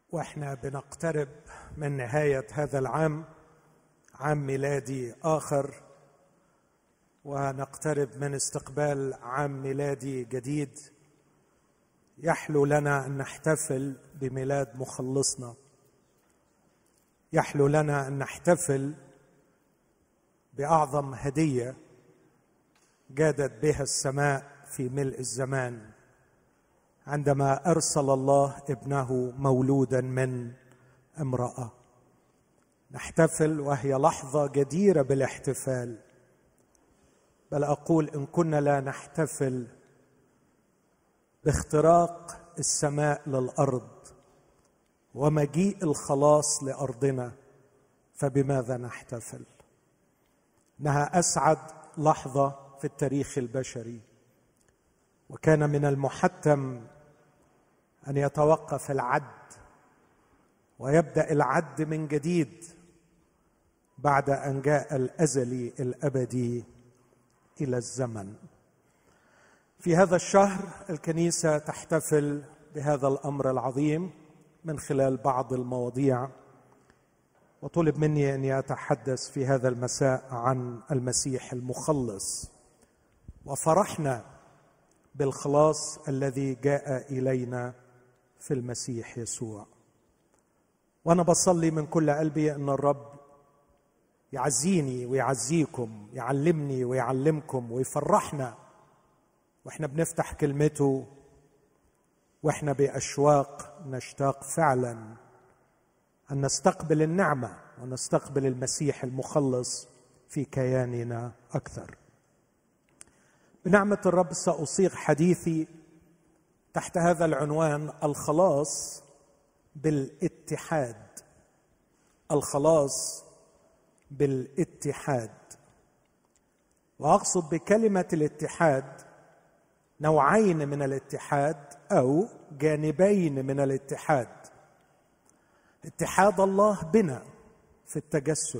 واحنا بنقترب من نهاية هذا العام، عام ميلادي آخر، ونقترب من استقبال عام ميلادي جديد. يحلو لنا أن نحتفل بميلاد مخلصنا، يحلو لنا أن نحتفل بأعظم هدية جادت بها السماء في ملء الزمان، عندما أرسل الله ابنه مولودا من امرأة. نحتفل وهي لحظة جديرة بالاحتفال، بل أقول إن كنا لا نحتفل باختراق السماء للأرض ومجيء الخلاص لأرضنا، فبماذا نحتفل؟ إنها أسعد لحظة في التاريخ البشري، وكان من المحتم أن يتوقف العد ويبدأ العد من جديد بعد أن جاء الأزلي الأبدي إلى الزمن. في هذا الشهر الكنيسة تحتفل بهذا الأمر العظيم من خلال بعض المواضيع، وطلب مني أن أتحدث في هذا المساء عن المسيح المخلص، وفرحنا بالخلاص الذي جاء إلينا في المسيح يسوع. وأنا بصلي من كل قلبي أن الرب يعزيني ويعزيكم، يعلمني ويعلمكم، ويفرحنا وإحنا بنفتح كلمته، وإحنا بأشواق نشتاق فعلا أن نستقبل النعمة ونستقبل المسيح المخلص في كياننا أكثر. بنعمة الرب سأصيغ حديثي تحت هذا العنوان: الخلاص بالاتحاد. الخلاص بالاتحاد. وأقصد بكلمة الاتحاد نوعين من الاتحاد أو جانبين من الاتحاد: اتحاد الله بنا في التجسد،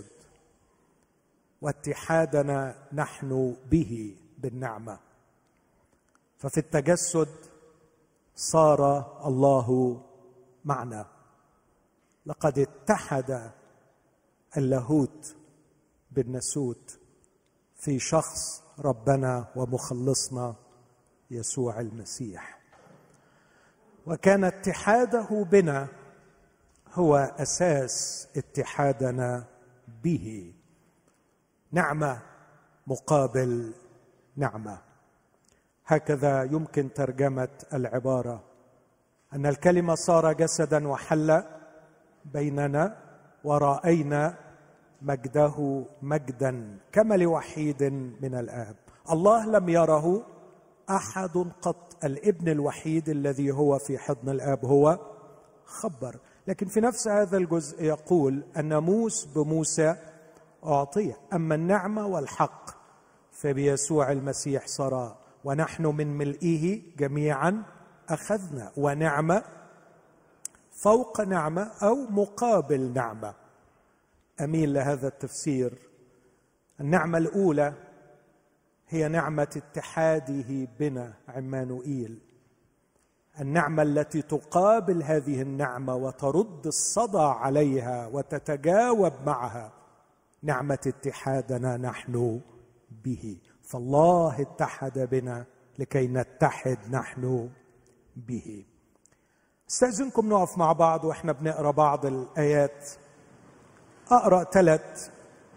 واتحادنا نحن به بالنعمة. ففي التجسد صار الله معنا، لقد اتحد اللاهوت بالناسوت في شخص ربنا ومخلصنا يسوع المسيح، وكان اتحاده بنا هو أساس اتحادنا به. نعمة مقابل نعمة، هكذا يمكن ترجمة العبارة: أن الكلمة صار جسدا وحل بيننا ورأينا مجده مجدا كما لوحيد من الآب. الله لم يره أحد قط، الابن الوحيد الذي هو في حضن الآب هو خبر. لكن في نفس هذا الجزء يقول: الناموس بموسى أعطي، أما النعمة والحق فبيسوع المسيح صار، ونحن من ملئه جميعا أخذنا، ونعمة فوق نعمة أو مقابل نعمة. أميل لهذا التفسير. النعمة الأولى هي نعمة اتحاده بنا، عمانوئيل. النعمة التي تقابل هذه النعمة وترد الصدى عليها وتتجاوب معها نعمة اتحادنا نحن به. فالله اتحد بنا لكي نتحد نحن به. استأذنكم نقف مع بعض واحنا بنقرأ بعض الآيات. أقرأ 3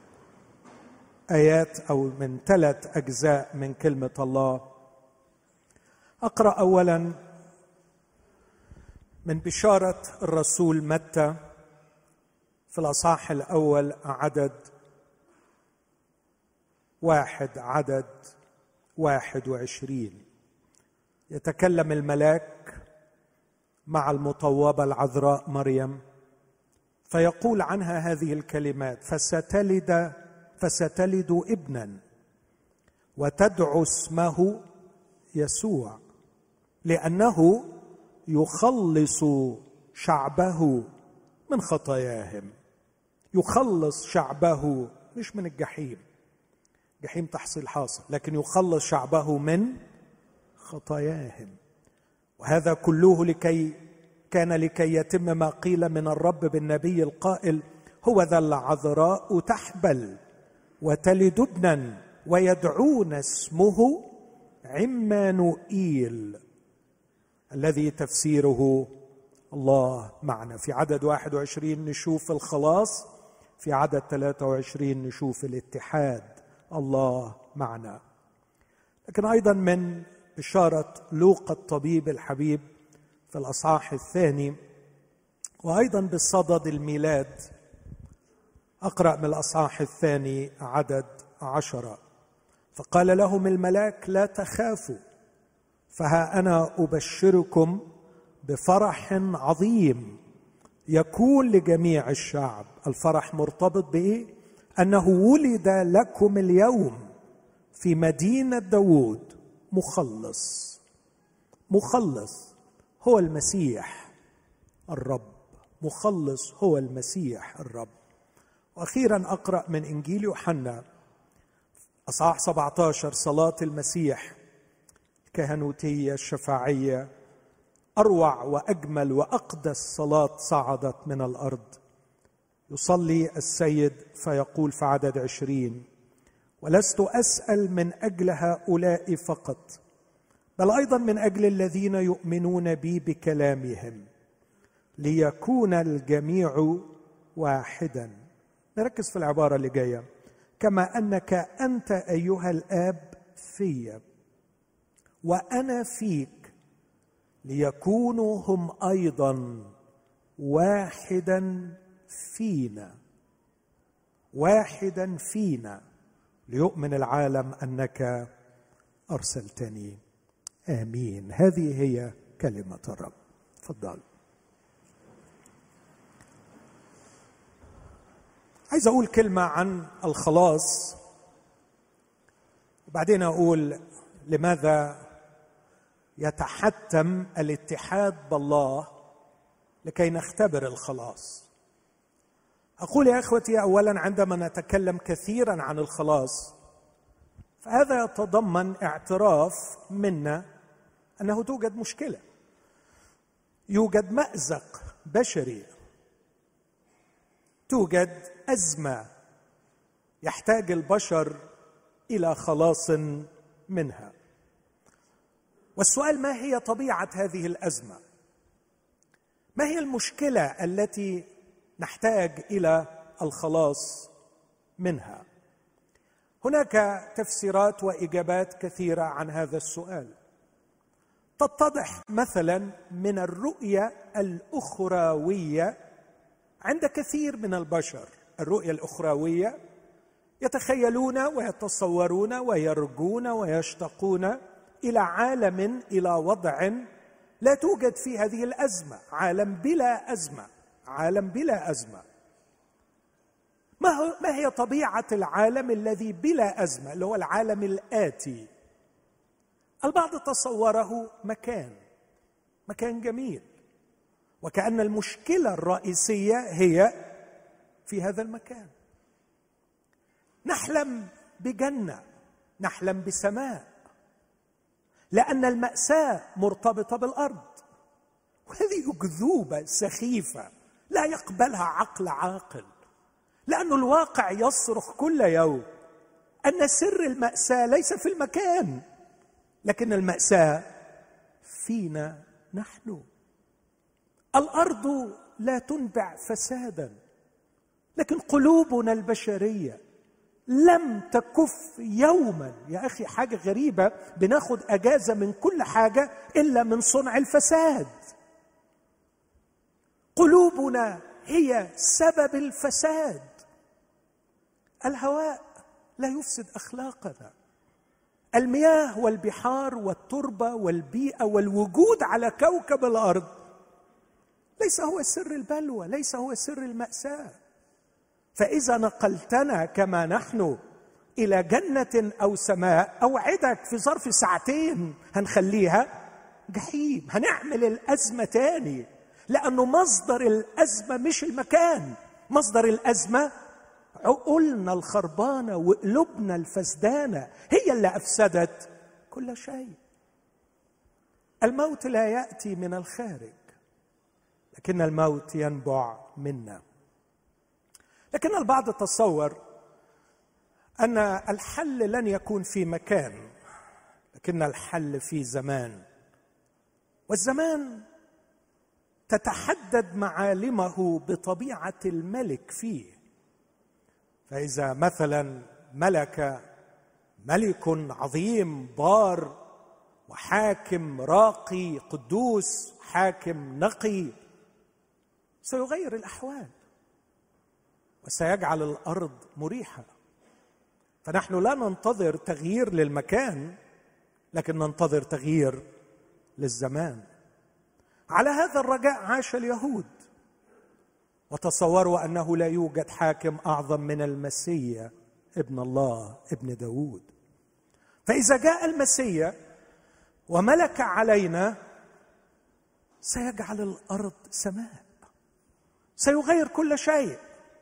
آيات أو من 3 أجزاء من كلمة الله. أقرأ أولا من بشارة الرسول متى في الأصحاح الأول عدد 21. يتكلم الملاك مع المطوبة العذراء مريم، فيقول عنها هذه الكلمات: فستلد ابنا وتدعو اسمه يسوع، لأنه يخلص شعبه من خطاياهم. يخلص شعبه مش من الجحيم، جحيم تحصيل حاصل، لكن يخلص شعبه من خطاياهم. وهذا كله لكي كان لكي يتم ما قيل من الرب بالنبي القائل: هو ذا العذراء تحبل وتلد ابنا ويدعون اسمه عمانوئيل، الذي تفسيره الله معنا. في عدد 21 نشوف الخلاص، في عدد 23 نشوف الاتحاد، الله معنا. لكن أيضا من بشارة لوقا الطبيب الحبيب في الأصحاح 2 وأيضا بالصدد الميلاد، أقرأ من الأصحاح 2 عدد 10: فقال لهم الملاك: لا تخافوا، فها أنا أبشركم بفرح عظيم يكون لجميع الشعب. الفرح مرتبط بإيه؟ أنه ولد لكم اليوم في مدينة داود مخلص. مخلص هو المسيح الرب، مخلص هو المسيح الرب. وأخيرا أقرأ من إنجيل يوحنا أصحاح 17، صلاة المسيح الكهنوتية الشفاعية، أروع وأجمل وأقدس صلاة صعدت من الأرض. يصلي السيد فيقول في عدد 20: ولست أسأل من أجل هؤلاء فقط، بل أيضا من أجل الذين يؤمنون بي بكلامهم، ليكون الجميع واحدا. نركز في العبارة اللي جاية: كما أنك أنت أيها الآب في وأنا فيك، ليكونوا هم أيضا واحدا فينا. واحدا فينا ليؤمن العالم أنك أرسلتني. آمين. هذه هي كلمة الرب. تفضل. عايز أقول كلمة عن الخلاص، وبعدين أقول لماذا يتحتم الاتحاد بالله لكي نختبر الخلاص. أقول يا إخوتي، أولا عندما نتكلم كثيرا عن الخلاص فهذا يتضمن اعتراف منا أنه توجد مشكلة، يوجد مأزق بشري، توجد أزمة يحتاج البشر إلى خلاص منها. والسؤال: ما هي طبيعة هذه الأزمة؟ ما هي المشكلة التي نحتاج إلى الخلاص منها؟ هناك تفسيرات وإجابات كثيرة عن هذا السؤال. تتضح مثلا من الرؤية الأخروية عند كثير من البشر. الرؤية الأخروية يتخيلون ويتصورون ويرجون ويشتاقون إلى عالم، إلى وضع لا توجد فيه هذه الأزمة، عالم بلا أزمة، عالم بلا أزمة. ما هي طبيعة العالم الذي بلا أزمة، اللي هو العالم الآتي؟ البعض تصوره مكان جميل، وكأن المشكلة الرئيسية هي في هذا المكان. نحلم بجنة، نحلم بسماء، لأن المأساة مرتبطة بالأرض، وهذه أكذوبة سخيفة لا يقبلها عقل عاقل، لأن الواقع يصرخ كل يوم أن سر المأساة ليس في المكان، لكن المأساة فينا نحن. الأرض لا تنبع فسادا، لكن قلوبنا البشرية لم تكف يوما. يا أخي حاجة غريبة، بناخد أجازة من كل حاجة إلا من صنع الفساد. قلوبنا هي سبب الفساد. الهواء لا يفسد أخلاقنا، المياه والبحار والتربة والبيئة والوجود على كوكب الأرض ليس هو سر البلوى، ليس هو سر المأساة. فإذا نقلتنا كما نحن إلى جنة أو سماء، أوعدك في ظرف ساعتين هنخليها جحيم، هنعمل الأزمة تاني، لأنه مصدر الأزمة مش المكان، مصدر الأزمة عقولنا الخربانة وقلوبنا الفسدانة، هي اللي أفسدت كل شيء. الموت لا يأتي من الخارج، لكن الموت ينبع منا. لكن البعض تصور أن الحل لن يكون في مكان، لكن الحل في زمان، والزمان تتحدد معالمه بطبيعة الملك فيه. فإذا مثلا ملك عظيم بار وحاكم راقي قدوس، حاكم نقي، سيغير الأحوال وسيجعل الأرض مريحة. فنحن لا ننتظر تغيير للمكان، لكن ننتظر تغيير للزمان. على هذا الرجاء عاش اليهود، وتصوروا أنه لا يوجد حاكم أعظم من المسيح ابن الله ابن داود. فإذا جاء المسيح وملك علينا سيجعل الأرض سماء، سيغير كل شيء،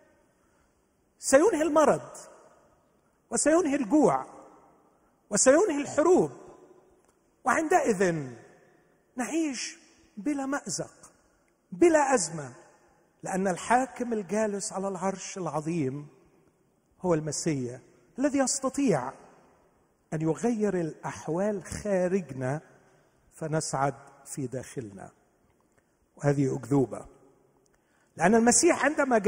سينهي المرض وسينهي الجوع وسينهي الحروب، وعندئذ نعيش بلا مأزق بلا أزمة، لأن الحاكم الجالس على العرش العظيم هو المسيح الذي يستطيع أن يغير الأحوال خارجنا فنسعد في داخلنا. وهذه أكذوبة، لأن المسيح عندما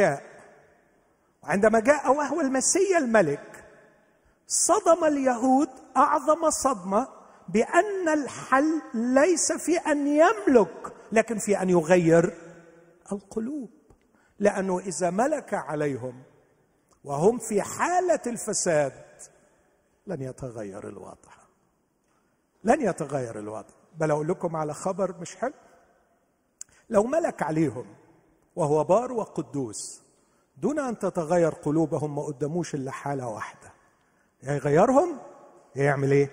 جاء وهو المسيح الملك صدم اليهود أعظم صدمة، بأن الحل ليس في أن يملك لكن في أن يغير القلوب. لأنه إذا ملك عليهم وهم في حالة الفساد لن يتغير الوضع، لن يتغير الوضع. بل أقول لكم على خبر مش حلو، لو ملك عليهم وهو بار وقدوس دون أن تتغير قلوبهم ما قدموش إلا حالة واحدة، يا يغيرهم يا يعمل إيه؟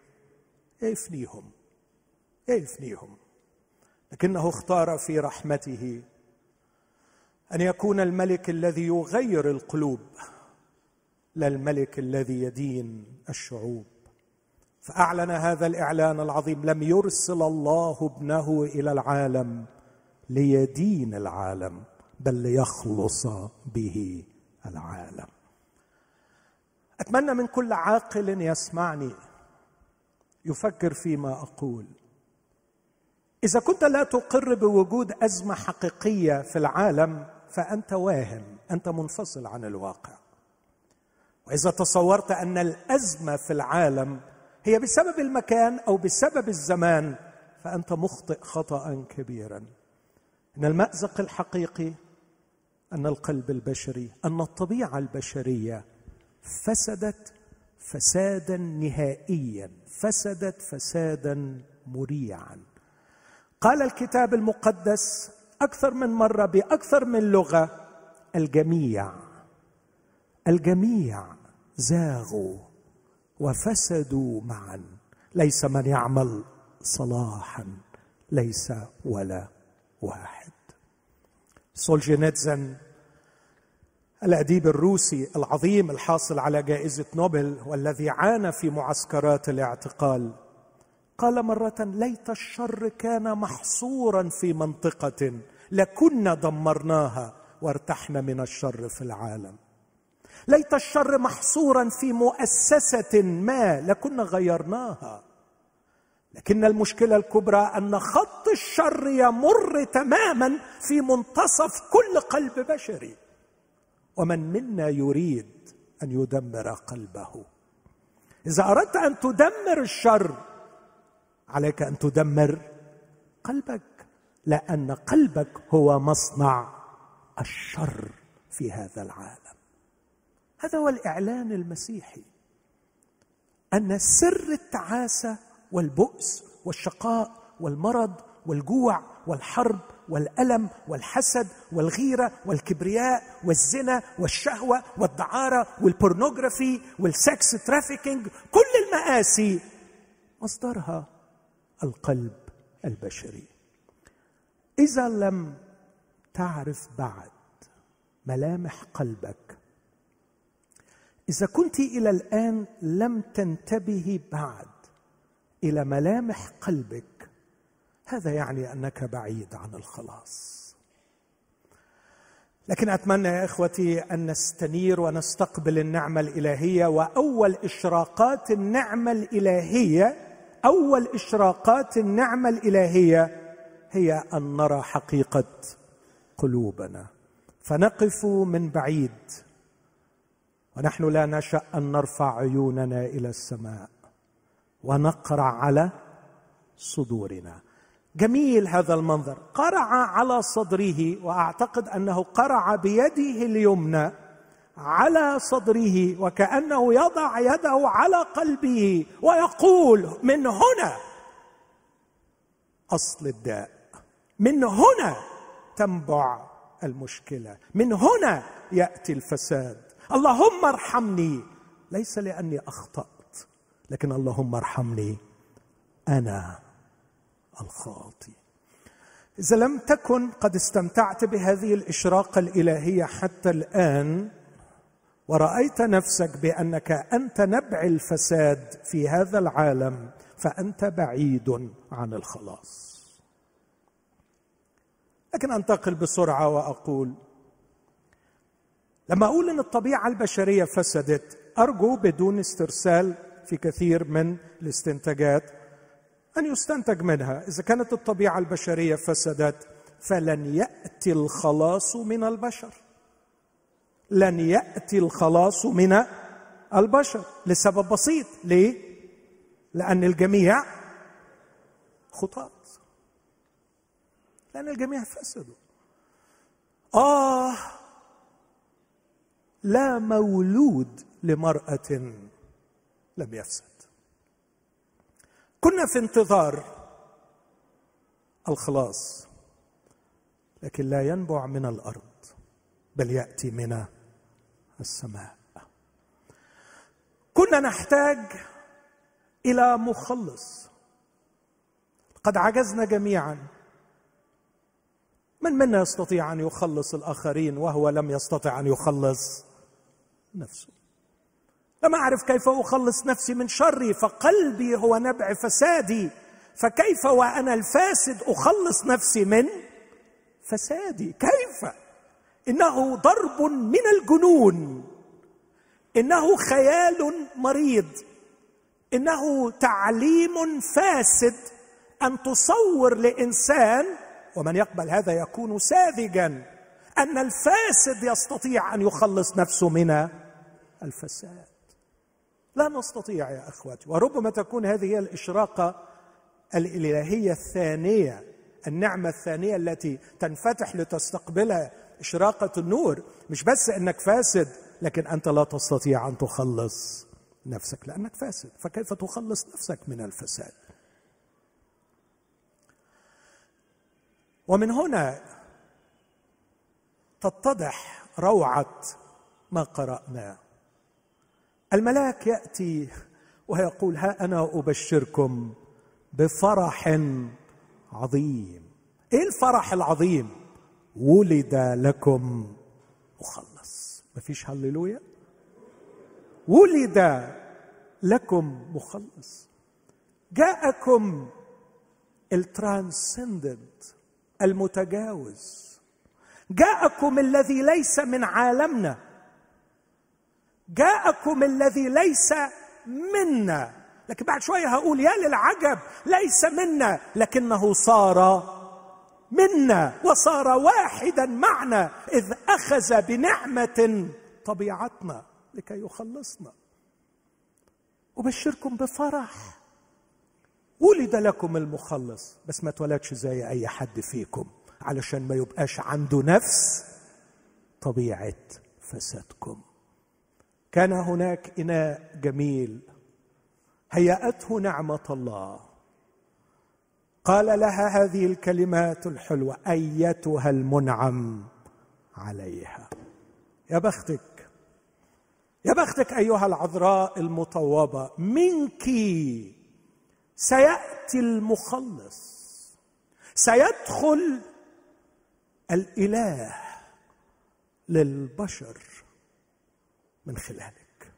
يفنيهم. لكنه اختار في رحمته أن يكون الملك الذي يغير القلوب لا الملك الذي يدين الشعوب. فأعلن هذا الإعلان العظيم: لم يرسل الله ابنه إلى العالم ليدين العالم بل ليخلص به العالم. أتمنى من كل عاقل يسمعني يفكر فيما أقول. إذا كنت لا تقر بوجود أزمة حقيقية في العالم فأنت واهم، أنت منفصل عن الواقع. وإذا تصورت أن الأزمة في العالم هي بسبب المكان أو بسبب الزمان فأنت مخطئ خطأ كبيرا. إن المأزق الحقيقي أن القلب البشري، أن الطبيعة البشرية فسدت فسادا نهائيا، فسدت فسادا مريعا. قال الكتاب المقدس أكثر من مرة بأكثر من لغة: الجميع زاغوا وفسدوا معا، ليس من يعمل صلاحا، ليس ولا واحد. سولجينيتزن الأديب الروسي العظيم الحاصل على جائزة نوبل والذي عانى في معسكرات الاعتقال، قال مرة: ليت الشر كان محصورا في منطقة لكنا دمرناها وارتحنا من الشر في العالم. ليت الشر محصورا في مؤسسة ما لكنا غيرناها. لكن المشكلة الكبرى أن خط الشر يمر تماما في منتصف كل قلب بشري، ومن منا يريد أن يدمر قلبه؟ إذا أردت أن تدمر الشر عليك أن تدمر قلبك، لأن قلبك هو مصنع الشر في هذا العالم. هذا هو الإعلان المسيحي، أن سر التعاسة والبؤس والشقاء والمرض والجوع والحرب والألم والحسد والغيرة والكبرياء والزنا والشهوة والدعارة والبورنوغرافي والسكس ترافيكينج، كل المآسي مصدرها القلب البشري. إذا لم تعرف بعد ملامح قلبك، إذا كنت إلى الآن لم تنتبهي بعد إلى ملامح قلبك، هذا يعني أنك بعيد عن الخلاص. لكن أتمنى يا إخوتي أن نستنير ونستقبل النعمة الإلهية. وأول إشراقات النعمة الإلهية، أول إشراقات النعمة الإلهية هي أن نرى حقيقة قلوبنا، فنقف من بعيد ونحن لا نشأ أن نرفع عيوننا إلى السماء ونقرع على صدورنا. جميل هذا المنظر، قرع على صدره، وأعتقد أنه قرع بيده اليمنى على صدره وكأنه يضع يده على قلبه ويقول: من هنا أصل الداء، من هنا تنبع المشكلة، من هنا يأتي الفساد. اللهم ارحمني، ليس لأني أخطأت، لكن اللهم ارحمني أنا الخاطئ. إذا لم تكن قد استمتعت بهذه الإشراقة الإلهية حتى الآن، ورأيت نفسك بأنك أنت نبع الفساد في هذا العالم، فأنت بعيد عن الخلاص. لكن أنتقل بسرعة وأقول، لما أقول أن الطبيعة البشرية فسدت، أرجو بدون استرسال في كثير من الاستنتاجات أن يستنتج منها: إذا كانت الطبيعة البشرية فسدت فلن يأتي الخلاص من البشر، لن يأتي الخلاص من البشر، لسبب بسيط. ليه؟ لأن الجميع خطاة، لأن الجميع فسدوا. لا مولود لمرأة لم يفسد. كنا في انتظار الخلاص، لكن لا ينبع من الأرض بل يأتي من السماء. كنا نحتاج إلى مخلص، قد عجزنا جميعا. من منا يستطيع أن يخلص الآخرين وهو لم يستطع أن يخلص نفسه؟ لم أعرف كيف أخلص نفسي من شري، فقلبي هو نبع فسادي، فكيف وأنا الفاسد أخلص نفسي من فسادي؟ كيف؟ إنه ضرب من الجنون، إنه خيال مريض، إنه تعليم فاسد أن تصور لإنسان، ومن يقبل هذا يكون ساذجا، أن الفاسد يستطيع أن يخلص نفسه من الفساد. لا نستطيع يا أخواتي. وربما تكون هذه هي الإشراقة الإلهية الثانية، النعمة الثانية التي تنفتح لتستقبلها إشراقة النور. مش بس أنك فاسد، لكن أنت لا تستطيع أن تخلص نفسك لأنك فاسد، فكيف تخلص نفسك من الفساد؟ ومن هنا تتضح روعة ما قرأناه. الملاك يأتي ويقول: ها أنا أبشركم بفرح عظيم. إيه الفرح العظيم؟ ولد لكم مخلص. مفيش هللويا؟ ولد لكم مخلص. جاءكم الترانسندنت، المتجاوز. جاءكم الذي ليس من عالمنا، جاءكم الذي ليس منا. لكن بعد شوية هقول: يا للعجب، ليس منا لكنه صار منا وصار واحدا معنا، إذ أخذ بنعمة طبيعتنا لكي يخلصنا. أبشركم بفرح، ولد لكم المخلص. بس ما اتولدش زي أي حد فيكم، علشان ما يبقاش عنده نفس طبيعة فسادكم. كان هناك إناء جميل هيأته نعمة الله، قال لها هذه الكلمات الحلوة: أيتها المنعم عليها. يا بختك، يا بختك أيها العذراء المطوبة، منك سيأتي المخلص، سيدخل الإله للبشر من خلالك،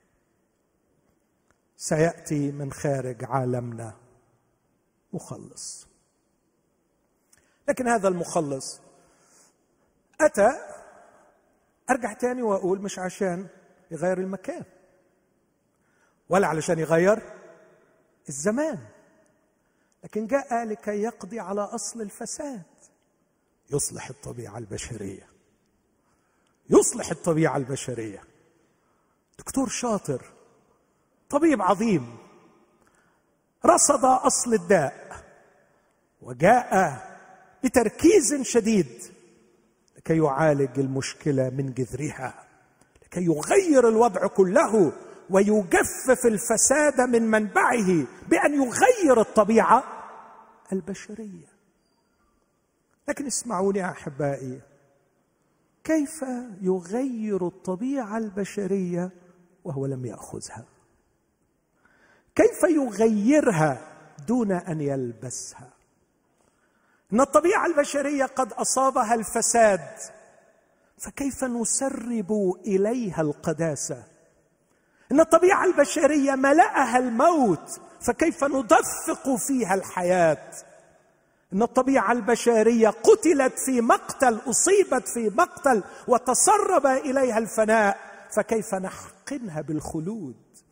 سيأتي من خارج عالمنا مخلص. لكن هذا المخلص أتى ارجع تاني واقول مش عشان يغير المكان ولا علشان يغير الزمان، لكن جاء لكي يقضي على اصل الفساد، يصلح الطبيعه البشريه. يصلح الطبيعه البشريه. دكتور شاطر، طبيب عظيم، رصد اصل الداء وجاء بتركيز شديد لكي يعالج المشكله من جذرها، لكي يغير الوضع كله ويجفف الفساد من منبعه بأن يغير الطبيعة البشرية. لكن اسمعوني يا أحبائي، كيف يغير الطبيعة البشرية وهو لم يأخذها؟ كيف يغيرها دون أن يلبسها؟ إن الطبيعة البشرية قد أصابها الفساد، فكيف نسرب إليها القداسة؟ إن الطبيعة البشرية ملأها الموت، فكيف ندفق فيها الحياة؟ إن الطبيعة البشرية قتلت في مقتل، أصيبت في مقتل وتسرب إليها الفناء، فكيف نحقنها بالخلود؟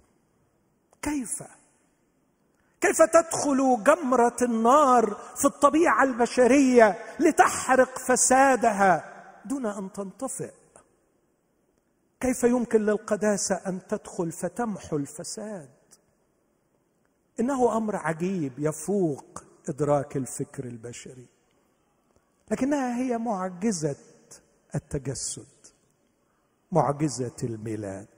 كيف تدخل جمرة النار في الطبيعة البشرية لتحرق فسادها دون أن تنطفئ؟ كيف يمكن للقداسة أن تدخل فتمحو الفساد؟ إنه أمر عجيب يفوق إدراك الفكر البشري، لكنها هي معجزة التجسد، معجزة الميلاد.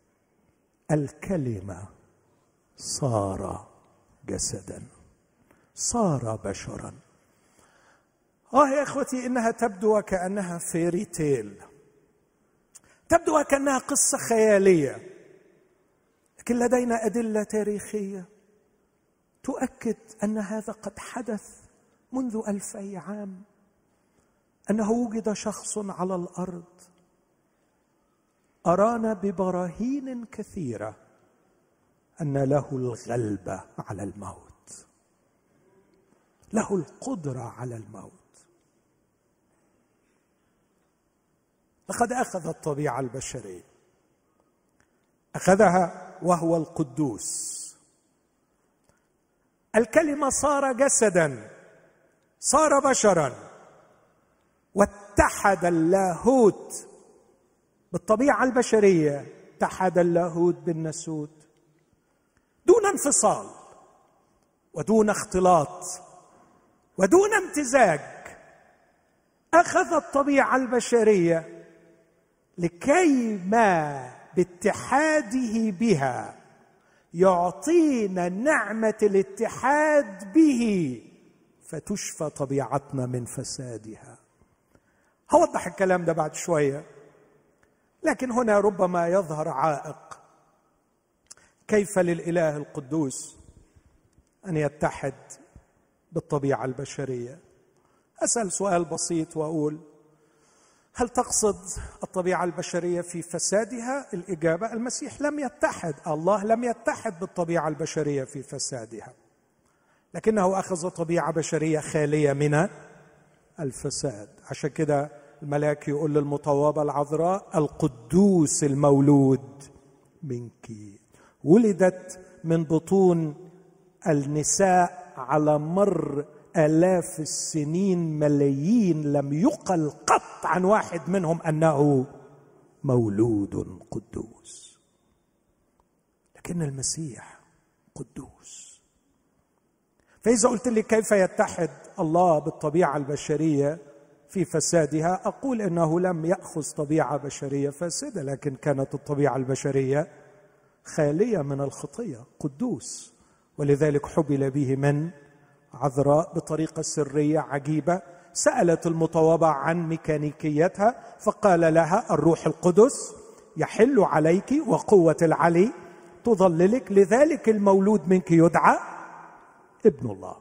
الكلمة صار جسدا، صار بشرا. يا إخوتي، إنها تبدو وكأنها فيري تيل، تبدو وكأنها قصة خيالية، لكن لدينا أدلة تاريخية تؤكد أن هذا قد حدث منذ 2000 عام، أنه وجد شخص على الأرض أرانا ببراهين كثيرة أن له الغلبة على الموت، له القدرة على الموت. لقد أخذ الطبيعة البشرية، أخذها وهو القدوس. الكلمة صار جسدا، صار بشرا، واتحد اللاهوت بالطبيعة البشرية، اتحد اللاهوت بالناسوت دون انفصال ودون اختلاط ودون امتزاج. أخذ الطبيعة البشرية لكي ما باتحاده بها يعطينا نعمة الاتحاد به فتشفى طبيعتنا من فسادها. هوضح الكلام ده بعد شوية، لكن هنا ربما يظهر عائق. كيف للإله القدوس أن يتحد بالطبيعة البشرية؟ أسأل سؤال بسيط وأقول: هل تقصد الطبيعة البشرية في فسادها؟ الإجابة: المسيح لم يتحد، الله لم يتحد بالطبيعة البشرية في فسادها، لكنه أخذ طبيعة بشرية خالية من الفساد. عشان كده الملاك يقول للمطوبة العذراء: القدوس المولود منك. ولدت من بطون النساء على مر آلاف السنين، ملايين، لم يقل قط عن واحد منهم أنه مولود قدوس. لكن المسيح قدوس. فإذا قلت لي كيف يتحد الله بالطبيعة البشرية في فسادها، أقول إنه لم يأخذ طبيعة بشرية فاسدة، لكن كانت الطبيعة البشرية خالية من الخطية، قدوس، ولذلك حبل به من عذراء بطريقة سرية عجيبة. سألت المطوبة عن ميكانيكيتها فقال لها: الروح القدس يحل عليك وقوة العلي تظللك، لذلك المولود منك يدعى ابن الله.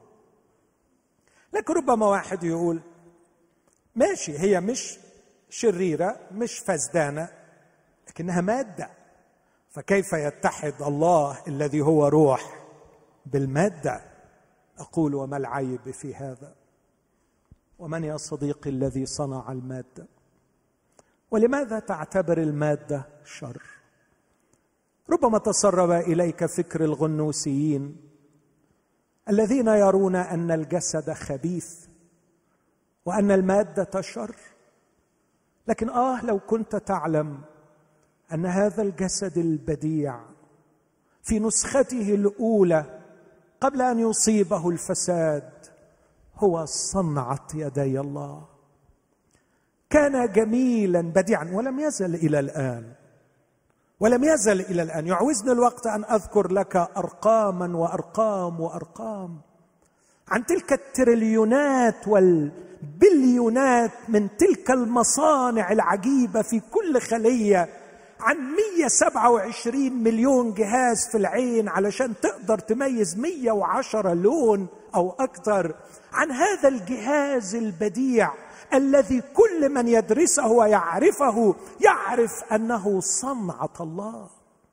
لكن ربما واحد يقول: ماشي، هي مش شريرة، مش فسدانة، لكنها مادة، فكيف يتحد الله الذي هو روح بالمادة؟ أقول: وما العيب في هذا؟ ومن يا صديقي الذي صنع المادة؟ ولماذا تعتبر المادة شر؟ ربما تسرب إليك فكر الغنوسيين الذين يرون أن الجسد خبيث وأن المادة شر. لكن لو كنت تعلم أن هذا الجسد البديع في نسخته الأولى قبل أن يصيبه الفساد هو صنعة يدي الله، كان جميلا بديعا ولم يزل إلى الآن، ولم يزل إلى الآن. يعوزني الوقت أن أذكر لك أرقاما وأرقام وأرقام عن تلك التريليونات والبليونات من تلك المصانع العجيبة في كل خلية، عن 127 مليون جهاز في العين علشان تقدر تميز 110 لون أو أكثر، عن هذا الجهاز البديع الذي كل من يدرسه ويعرفه يعرف أنه صنعة الله.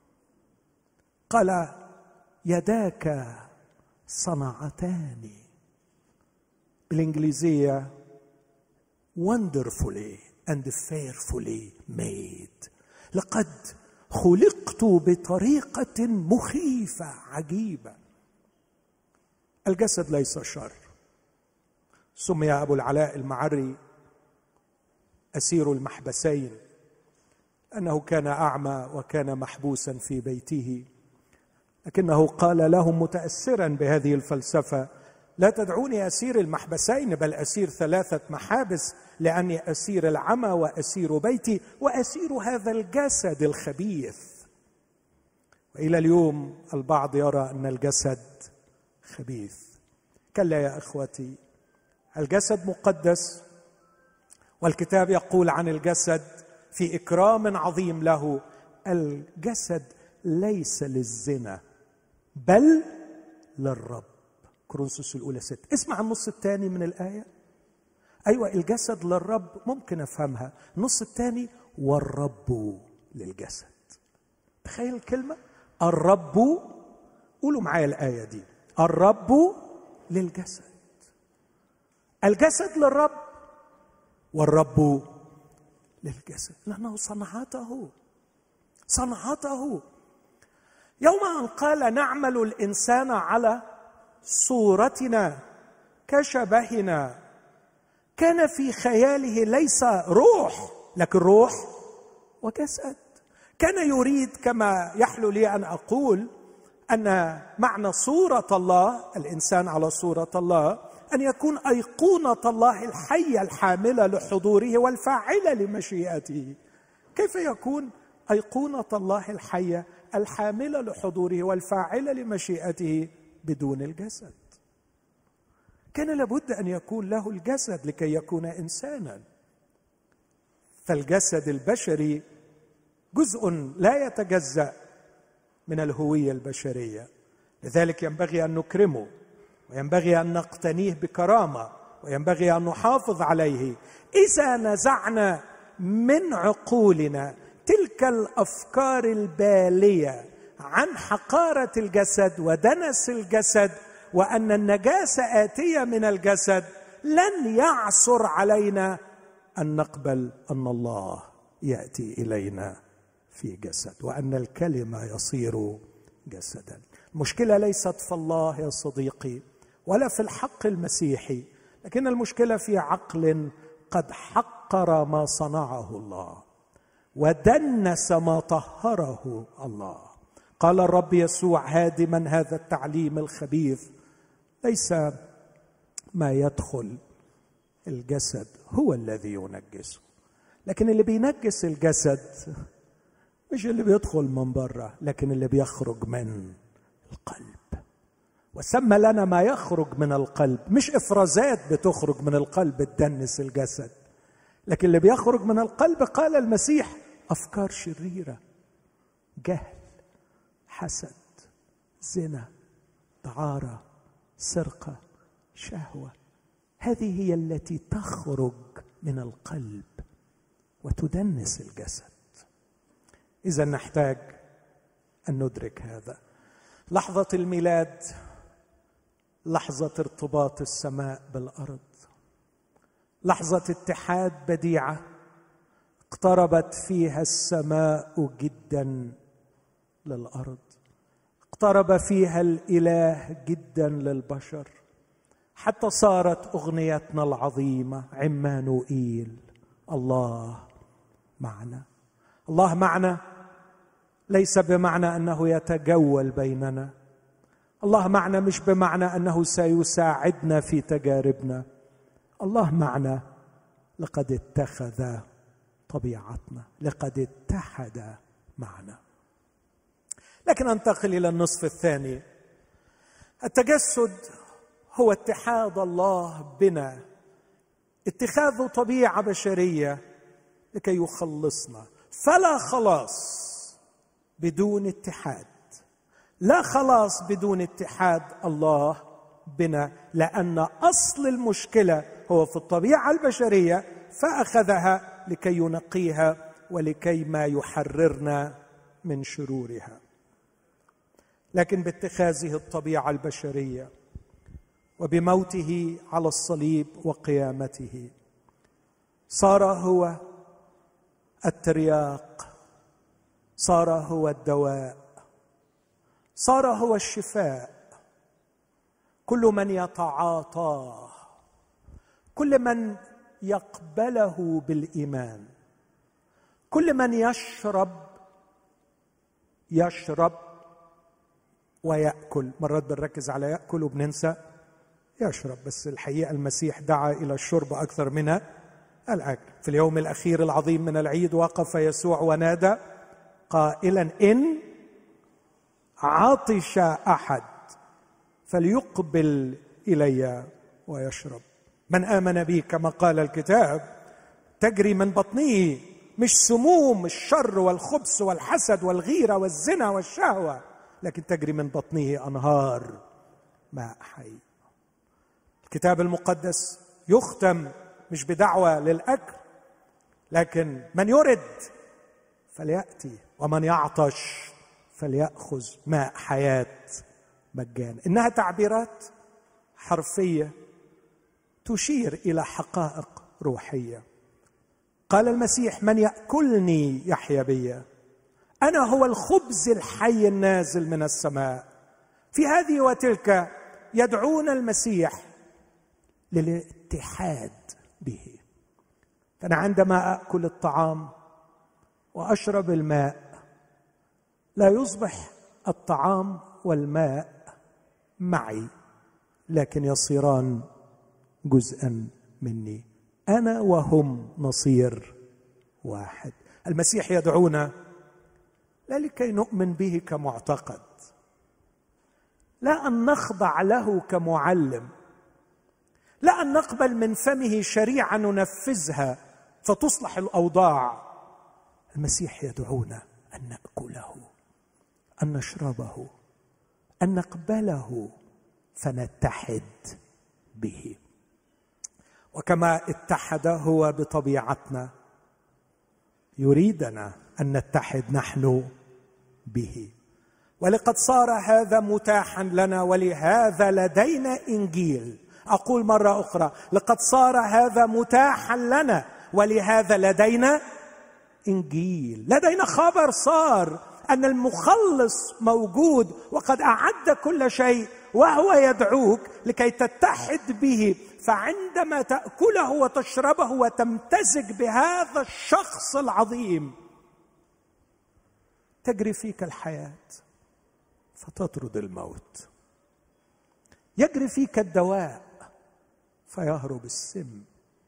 قال يداك صنعتان، بالإنجليزية wonderfully and fearfully made. لقد خلقت بطريقة مخيفة عجيبة. الجسد ليس شر. سمي أبو العلاء المعري أسير المحبسين أنه كان أعمى وكان محبوسا في بيته، لكنه قال لهم متأثرا بهذه الفلسفة: لا تدعوني أسير المحبسين بل أسير 3 محابس، لأني أسير العمى وأسير بيتي وأسير هذا الجسد الخبيث. وإلى اليوم البعض يرى أن الجسد خبيث. كلا يا إخوتي، الجسد مقدس، والكتاب يقول عن الجسد في إكرام عظيم له: الجسد ليس للزنا بل للرب. كورنثوس الأولى 6. اسمع النص الثاني من الآية. أيوة، الجسد للرب ممكن أفهمها. النص الثاني: والرب للجسد. تخيل الكلمة الرب. قولوا معايا الآية دي: الرب للجسد. الجسد للرب والرب للجسد، لأنه صنعته. يوم أن قال نعمل الإنسان على صورتنا كشبهنا، كان في خياله ليس روح لكن روح وجسد. كان يريد، كما يحلو لي أن أقول، أن معنى صورة الله، الإنسان على صورة الله، أن يكون أيقونة الله الحية الحاملة لحضوره والفاعلة لمشيئته. كيف يكون أيقونة الله الحية الحاملة لحضوره والفاعلة لمشيئته بدون الجسد؟ كان لابد أن يكون له الجسد لكي يكون إنسانا. فالجسد البشري جزء لا يتجزأ من الهوية البشرية، لذلك ينبغي أن نكرمه، وينبغي أن نقتنيه بكرامة، وينبغي أن نحافظ عليه. إذا نزعنا من عقولنا تلك الأفكار البالية عن حقارة الجسد ودنس الجسد وأن النجاسة آتية من الجسد، لن يعثر علينا أن نقبل أن الله يأتي إلينا في جسد، وأن الكلمة يصير جسدا. المشكلة ليست في الله يا صديقي ولا في الحق المسيحي، لكن المشكلة في عقل قد حقر ما صنعه الله ودنس ما طهره الله. قال الرب يسوع هادما هذا التعليم الخبيث: ليس ما يدخل الجسد هو الذي ينجسه، لكن اللي بينجس الجسد مش اللي بيدخل من بره، لكن اللي بيخرج من القلب. وسمى لنا ما يخرج من القلب، مش افرازات بتخرج من القلب تدنس الجسد، لكن اللي بيخرج من القلب قال المسيح افكار شريره، جهل، حسد، زنا، دعاره، سرقه، شهوه. هذه هي التي تخرج من القلب وتدنس الجسد. إذا نحتاج أن ندرك هذا. لحظة الميلاد لحظة ارتباط السماء بالأرض، لحظة اتحاد بديعة اقتربت فيها السماء جدا للأرض، اقترب فيها الإله جدا للبشر، حتى صارت أغنيتنا العظيمة عمانوئيل، الله معنا. الله معنا ليس بمعنى أنه يتجول بيننا، الله معنا مش بمعنى أنه سيساعدنا في تجاربنا، الله معنا لقد اتخذ طبيعتنا، لقد اتحد معنا. لكن أنتقل إلى النصف الثاني. التجسد هو اتحاد الله بنا، اتخاذ طبيعة بشرية لكي يخلصنا. فلا خلاص بدون اتحاد، لا خلاص بدون اتحاد الله بنا، لأن أصل المشكلة هو في الطبيعة البشرية، فأخذها لكي ينقيها ولكي ما يحررنا من شرورها. لكن باتخاذه الطبيعة البشرية وبموته على الصليب وقيامته صار هو الترياق، صار هو الدواء، صار هو الشفاء. كل من يتعاطاه، كل من يقبله بالإيمان، كل من يشرب ويأكل. مرات بنركز على يأكل وبننسى يشرب، بس الحقيقة المسيح دعا إلى الشرب أكثر من الأكل. في اليوم الأخير العظيم من العيد وقف يسوع ونادى قائلا: إن عطش أحد فليقبل إلي ويشرب. من آمن بي كما قال الكتاب تجري من بطنه مش سموم الشر والخبث والحسد والغيرة والزنا والشهوة، لكن تجري من بطنه أنهار ماء حي. الكتاب المقدس يختم مش بدعوة للأكل، لكن من يرد فليأتي ومن يعطش فليأخذ ماء حياة مجانا. إنها تعبيرات حرفية تشير إلى حقائق روحية. قال المسيح: من يأكلني يحيا بي، أنا هو الخبز الحي النازل من السماء. في هذه وتلك يدعون المسيح للاتحاد به. فأنا عندما أكل الطعام وأشرب الماء لا يصبح الطعام والماء معي، لكن يصيران جزءا مني، أنا وهم نصير واحد. المسيح يدعونا لا لكي نؤمن به كمعتقد، لا أن نخضع له كمعلم، لا أن نقبل من فمه شريعة ننفذها فتصلح الأوضاع. المسيح يدعونا أن نأكله، أن نشربه، أن نقبله فنتحد به. وكما اتحد هو بطبيعتنا يريدنا أن نتحد نحن به. ولقد صار هذا متاحا لنا، ولهذا لدينا إنجيل. أقول مرة أخرى: لقد صار هذا متاحا لنا، ولهذا لدينا إنجيل. لدينا خبر صار أن المخلص موجود وقد أعد كل شيء، وهو يدعوك لكي تتحد به. فعندما تأكله وتشربه وتمتزج بهذا الشخص العظيم تجري فيك الحياة فتطرد الموت، يجري فيك الدواء فيهرب السم،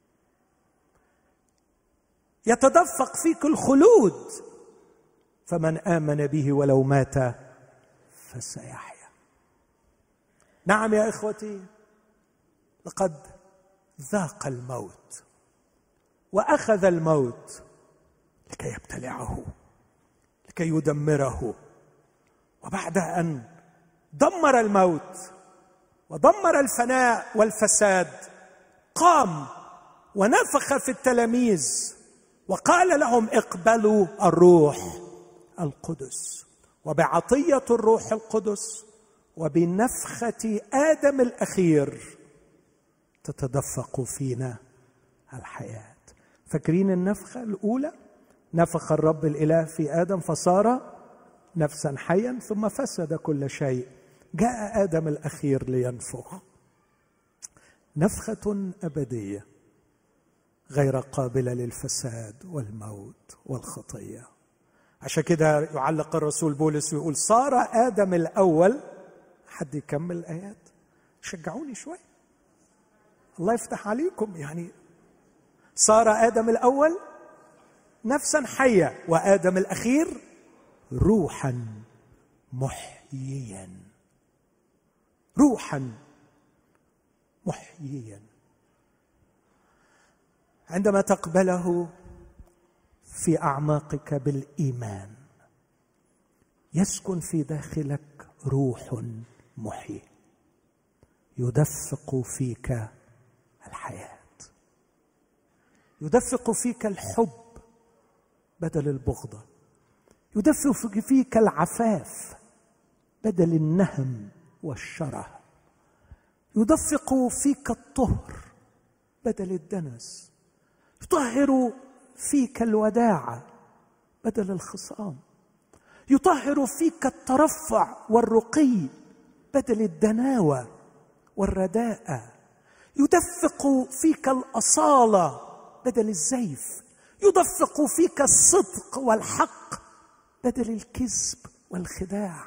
يتدفق فيك الخلود، فمن آمن به ولو مات فسيحيا. نعم يا إخوتي، لقد ذاق الموت وأخذ الموت لكي يبتلعه، لكي يدمره. وبعد أن دمر الموت ودمر الفناء والفساد قام ونفخ في التلاميذ وقال لهم: اقبلوا الروح القدس. وبعطية الروح القدس وبنفخة آدم الأخير تتدفق فينا الحياة. فاكرين النفخة الأولى نفخ الرب الإله في آدم فصار نفسا حيا، ثم فسد كل شيء. جاء آدم الأخير لينفخ نفخة أبدية غير قابلة للفساد والموت والخطية. عشان كده يعلق الرسول بولس ويقول صار آدم الأول. حد يكمل الآيات؟ شجعوني شوي، الله يفتح عليكم. يعني صار آدم الأول نفسا حية، وآدم الأخير روحا محييا. روحا محييا. عندما تقبله في أعماقك بالإيمان يسكن في داخلك روح محيي يدفق فيك الحياة، يدفق فيك الحب بدل البغضة، يدفق فيك العفاف بدل النهم والشره، يدفق فيك الطهر بدل الدنس، يطهر فيك الوداعة بدل الخصام، يطهر فيك الترفع والرقي بدل الدناوة والرداءة، يدفق فيك الأصالة بدل الزيف، يدفق فيك الصدق والحق بدل الكذب والخداع.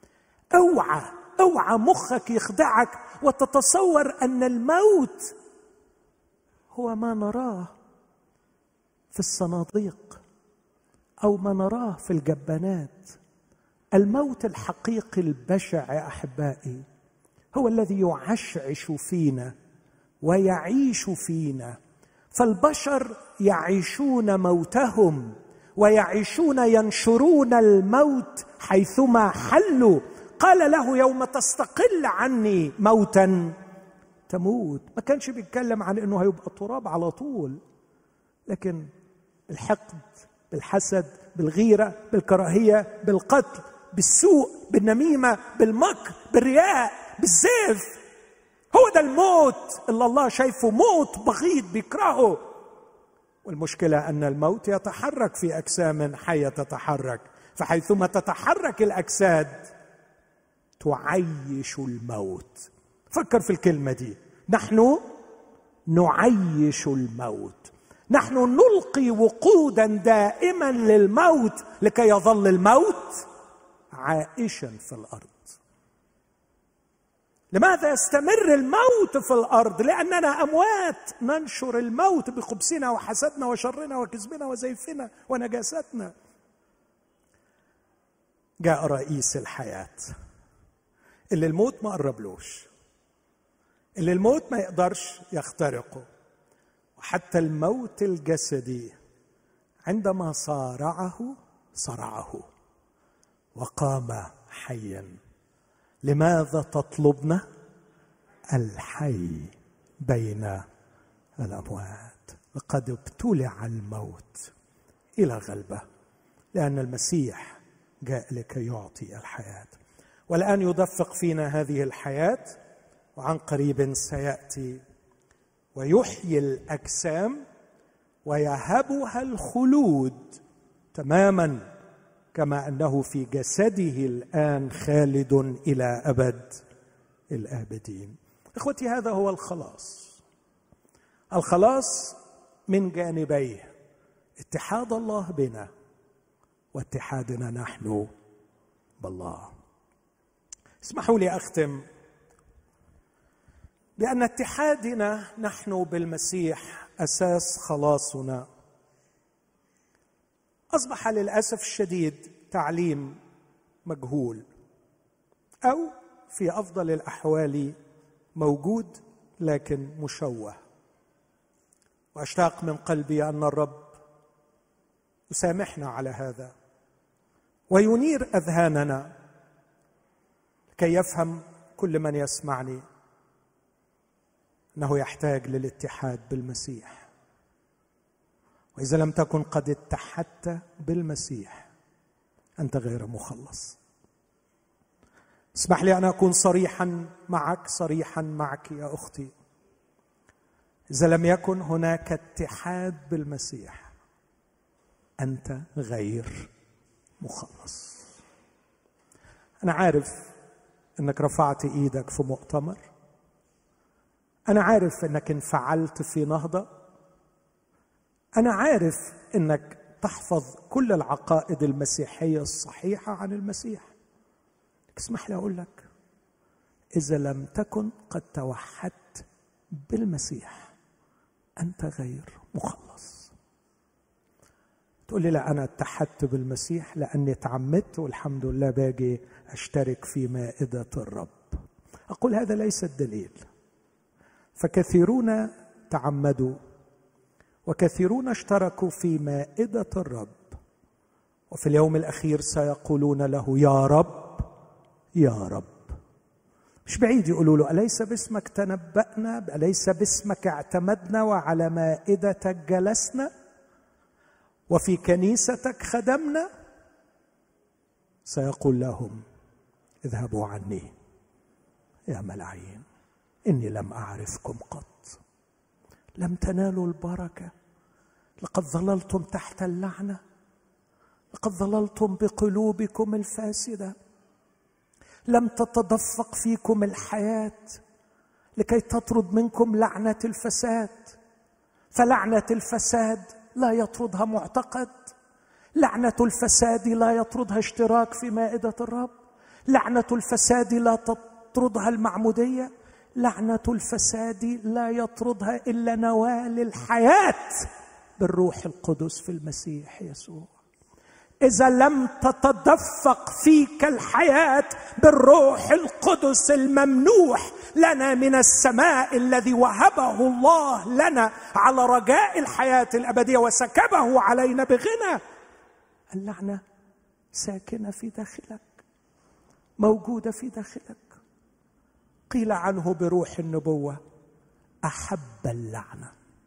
اوعى مخك يخدعك وتتصور أن الموت هو ما نراه في الصناديق أو ما نراه في الجبانات. الموت الحقيقي البشع يا أحبائي هو الذي يعشعش فينا ويعيش فينا. فالبشر يعيشون موتهم ويعيشون ينشرون الموت حيثما حلوا. قال له يوم تستقل عني موتا تموت. ما كانش بيتكلم عن انه هيبقى تراب على طول، لكن الحقد، بالحسد، بالغيرة، بالكراهية، بالقتل، بالسوء، بالنميمة، بالمكر، بالرياء، بالزيف. هو ده الموت اللي الله شايفه موت بغيض بيكرهه. والمشكلة أن الموت يتحرك في أجسام حية تتحرك، فحيثما تتحرك الأجساد تعيش الموت. فكر في الكلمة دي، نحن نعيش الموت، نحن نلقي وقودا دائما للموت لكي يظل الموت عائشا في الأرض. لماذا يستمر الموت في الأرض؟ لأننا أموات ننشر الموت بخبثنا وحسدنا وشرنا وكذبنا وزيفنا ونجاستنا. جاء رئيس الحياة اللي الموت ما قربلوش، اللي الموت ما يقدرش يخترقه، وحتى الموت الجسدي عندما صارعه وقام حيا. لماذا تطلبنا الحي بين الأموات؟ لقد ابتلع الموت إلى غلبة، لأن المسيح جاء لكي يعطي الحياة. والآن يدفق فينا هذه الحياة، وعن قريب سيأتي ويحيي الأجسام ويهبها الخلود تماما كما أنه في جسده الآن خالد إلى أبد الآبدين. إخوتي، هذا هو الخلاص. الخلاص من جانبيه: اتحاد الله بنا واتحادنا نحن بالله. اسمحوا لي أختم بأن اتحادنا نحن بالمسيح أساس خلاصنا أصبح للأسف الشديد تعليم مجهول، أو في أفضل الأحوال موجود لكن مشوه. وأشتاق من قلبي أن الرب يسامحنا على هذا وينير أذهاننا كي يفهم كل من يسمعني أنه يحتاج للاتحاد بالمسيح. وإذا لم تكن قد اتحدت بالمسيح أنت غير مخلص. اسمح لي أن أكون صريحا معك يا أختي. إذا لم يكن هناك اتحاد بالمسيح أنت غير مخلص. أنا عارف أنك رفعت إيدك في مؤتمر، أنا عارف أنك انفعلت في نهضة، أنا عارف أنك تحفظ كل العقائد المسيحية الصحيحة عن المسيح. اسمح لي أقول لك، إذا لم تكن قد توحدت بالمسيح أنت غير مخلص. تقول لي لا أنا اتحدت بالمسيح لأني اتعمدت والحمد لله باجي أشترك في مائدة الرب. أقول هذا ليس الدليل، فكثيرون تعمدوا وكثيرون اشتركوا في مائدة الرب، وفي اليوم الأخير سيقولون له يا رب يا رب. مش بعيد يقولوا له أليس باسمك تنبأنا، أليس باسمك اعتمدنا وعلى مائدتك جلسنا وفي كنيستك خدمنا؟ سيقول لهم اذهبوا عني يا ملاعين، إني لم أعرفكم قط. لم تنالوا البركة، لقد ظللتم تحت اللعنة، لقد ظللتم بقلوبكم الفاسدة، لم تتدفق فيكم الحياة لكي تطرد منكم لعنة الفساد. فلعنة الفساد لا يطردها معتقد، لعنة الفساد لا يطردها اشتراك في مائدة الرب، لعنة الفساد لا تطردها المعمودية، لعنة الفساد لا يطردها إلا نوال الحياة بالروح القدس في المسيح يسوع. إذا لم تتدفق فيك الحياة بالروح القدس الممنوح لنا من السماء الذي وهبه الله لنا على رجاء الحياة الأبدية وسكبه علينا بغنى، اللعنة ساكنة في داخلك، موجودة في داخلك. قيل عنه بروح النبوة أحب اللعنة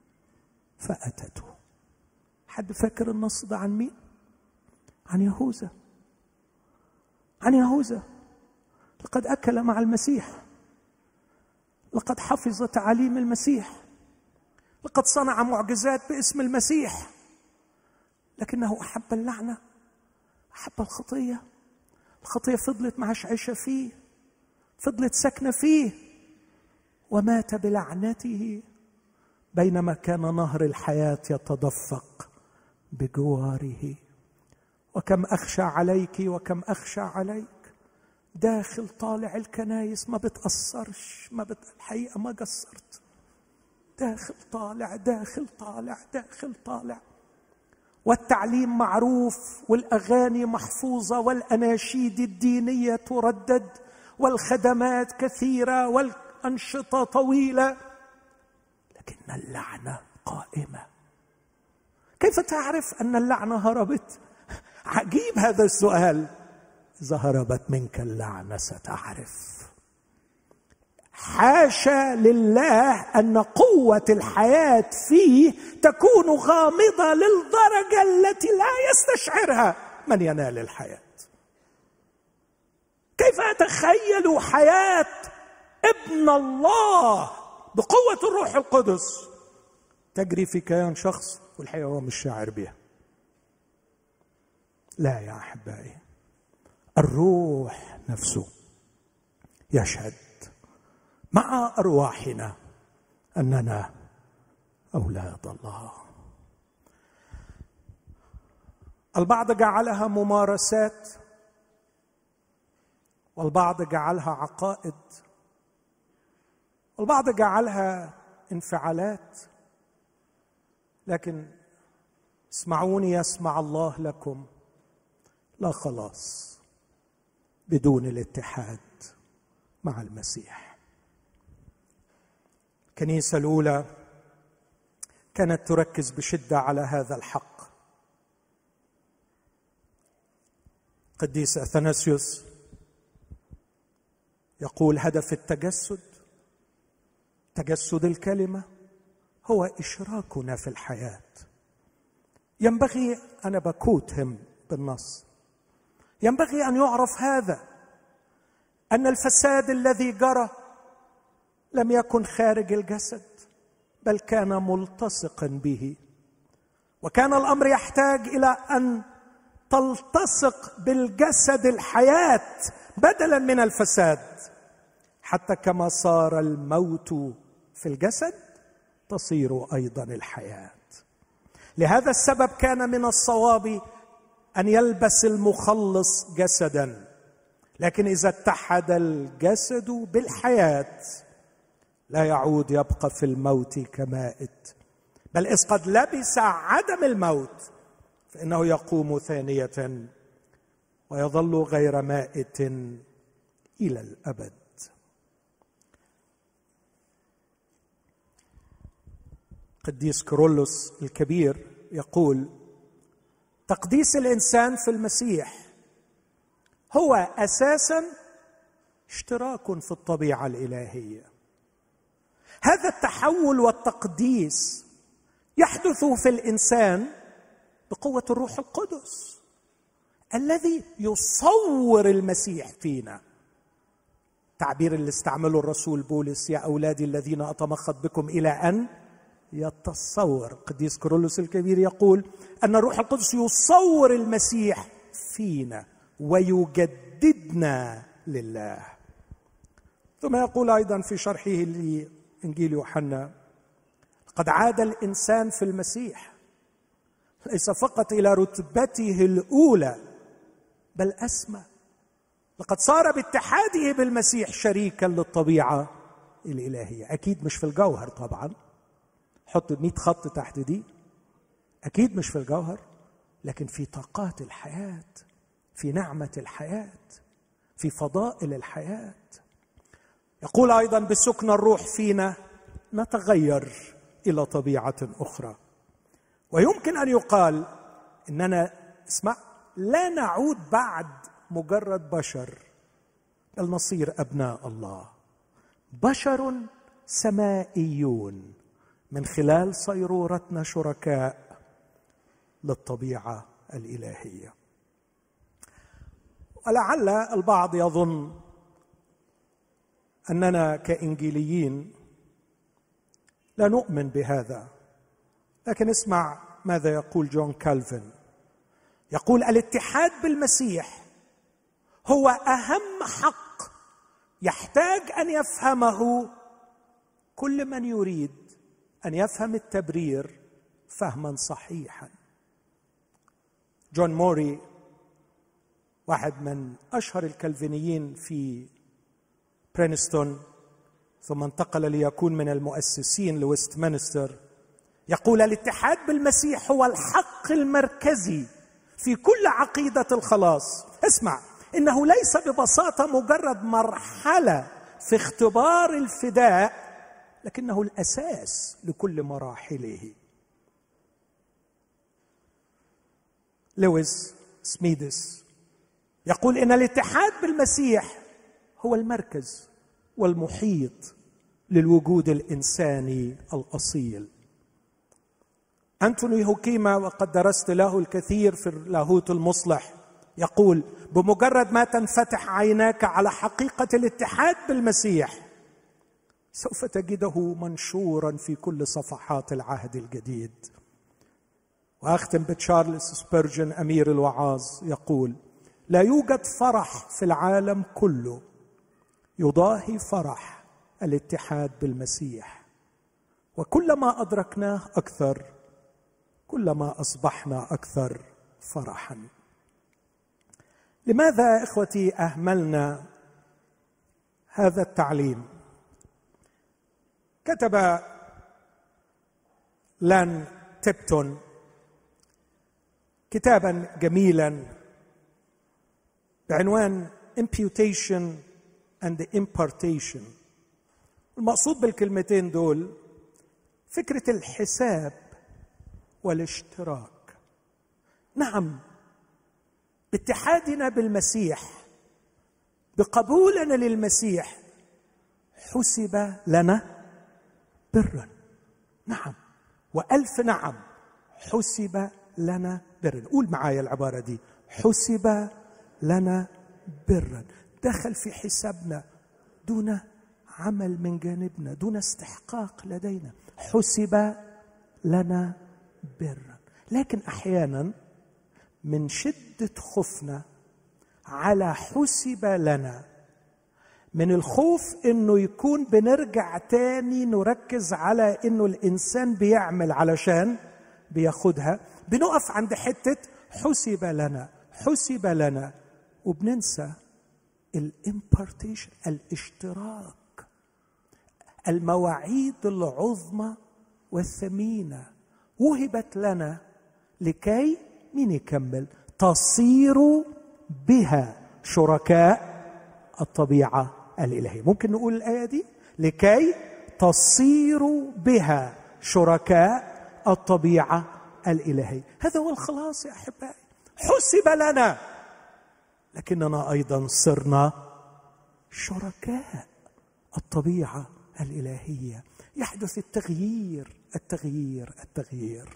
فأتته. حد فاكر النص ده عن مين؟ عن يهوذا. عن يهوذا. لقد أكل مع المسيح، لقد حفظ تعاليم المسيح، لقد صنع معجزات باسم المسيح، لكنه أحب اللعنة، أحب الخطية. الخطية فضلت معشعشة فيه، فضلت ساكنة فيه، ومات بلعنته بينما كان نهر الحياة يتدفق بجواره. وكم أخشى عليك وكم أخشى عليك، داخل طالع الكنايس ما بتأثرش، الحقيقة ما قصرت، داخل طالع داخل طالع داخل طالع، والتعليم معروف والأغاني محفوظة والأناشيد الدينية تردد والخدمات كثيرة والأنشطة طويلة، لكن اللعنة قائمة. كيف تعرف أن اللعنة هربت؟ عجيب هذا السؤال. إذا هربت منك اللعنة ستعرف. حاشا لله أن قوة الحياة فيه تكون غامضة للدرجة التي لا يستشعرها من ينال الحياة. كيف أتخيل حياة ابن الله بقوة الروح القدس تجري في كيان شخص والحقيقة هو مش شاعر بها؟ لا يا أحبائي، الروح نفسه يشهد مع أرواحنا أننا أولاد الله. البعض جعلها ممارسات، والبعض جعلها عقائد، والبعض جعلها انفعالات، لكن اسمعوني يسمع الله لكم، لا خلاص بدون الاتحاد مع المسيح. الكنيسة الأولى كانت تركز بشدة على هذا الحق. قديس أثناسيوس يقول هدف التجسد، تجسد الكلمة، هو إشراكنا في الحياة. ينبغي، أنا بكوتهم بالنص، ينبغي أن يعرف هذا، أن الفساد الذي جرى لم يكن خارج الجسد بل كان ملتصقا به، وكان الأمر يحتاج إلى أن تلتصق بالجسد الحياة بدلا من الفساد، حتى كما صار الموت في الجسد تصير أيضا الحياة. لهذا السبب كان من الصواب أن يلبس المخلص جسدا، لكن إذا اتحد الجسد بالحياة لا يعود يبقى في الموت كمائت، بل إذ قد لبس عدم الموت فإنه يقوم ثانية ويظل غير مائت إلى الأبد. قديس كيرلس الكبير يقول: تقديس الإنسان في المسيح هو أساساً اشتراك في الطبيعة الإلهية. هذا التحول والتقديس يحدث في الإنسان بقوة الروح القدس الذي يصور المسيح فينا. تعبير اللي استعمله الرسول بولس: يا أولادي الذين أتمخض بكم إلى أن يتصور. قديس كيرلس الكبير يقول أن الروح القدس يصور المسيح فينا ويجددنا لله. ثم يقول أيضا في شرحه لإنجيل يوحنا: قد عاد الإنسان في المسيح ليس فقط إلى رتبته الأولى بل أسمى، لقد صار باتحاده بالمسيح شريكا للطبيعة الإلهية. أكيد مش في الجوهر طبعا، حط 100 خط تحت دي، أكيد مش في الجوهر، لكن في طاقات الحياة، في نعمة الحياة، في فضائل الحياة. يقول أيضا: بسكن الروح فينا نتغير إلى طبيعة أخرى. ويمكن أن يقال إننا لا نعود بعد مجرد بشر، بل نصير أبناء الله، بشر سمائيون من خلال صيرورتنا شركاء للطبيعة الإلهية. ولعل البعض يظن أننا كإنجيليين لا نؤمن بهذا، لكن اسمع ماذا يقول جون كالفن. يقول: الاتحاد بالمسيح هو أهم حق يحتاج أن يفهمه كل من يريد أن يفهم التبرير فهما صحيحا. جون موري، واحد من أشهر الكالفينيين في برينستون، ثم انتقل ليكون من المؤسسين لويستمنستر، يقول: الاتحاد بالمسيح هو الحق المركزي في كل عقيدة الخلاص. اسمع، إنه ليس ببساطة مجرد مرحلة في اختبار الفداء، لكنه الأساس لكل مراحله. لويس سميدس يقول إن الاتحاد بالمسيح هو المركز والمحيط للوجود الإنساني الأصيل. أنتوني هوكيما، وقد درست له الكثير في اللاهوت المصلح، يقول: بمجرد ما تنفتح عيناك على حقيقة الاتحاد بالمسيح سوف تجده منشورا في كل صفحات العهد الجديد. وأختم بتشارلز سبيرجن أمير الوعاظ، يقول: لا يوجد فرح في العالم كله يضاهي فرح الاتحاد بالمسيح، وكلما أدركناه أكثر كلما أصبحنا أكثر فرحا. لماذا إخوتي أهملنا هذا التعليم؟ كتب لان تيبتون كتابا جميلا بعنوان Imputation and Impartation. المقصود بالكلمتين دول فكرة الحساب والاشتراك. نعم، باتحادنا بالمسيح، بقبولنا للمسيح، حسب لنا برا. نعم، وألف نعم، حسب لنا برا. قول معايا العبارة دي: حسب لنا برا. دخل في حسابنا دون عمل من جانبنا، دون استحقاق لدينا. حسب لنا برا. لكن أحيانا من شدة خوفنا على حسب لنا، من الخوف انه يكون بنرجع تاني نركز على انه الانسان بيعمل علشان بياخدها، بنقف عند حتة حسب لنا حسب لنا، وبننسى الامبارتيشن، الاشتراك، المواعيد العظمى والثمينة وهبت لنا لكي مين يكمل تصيروا بها شركاء الطبيعة الإلهية. ممكن نقول الآية دي؟ لكي تصيروا بها شركاء الطبيعة الإلهية. هذا هو الخلاص يا أحبائي، حسب لنا لكننا أيضا صرنا شركاء الطبيعة الإلهية. يحدث التغيير التغيير التغيير.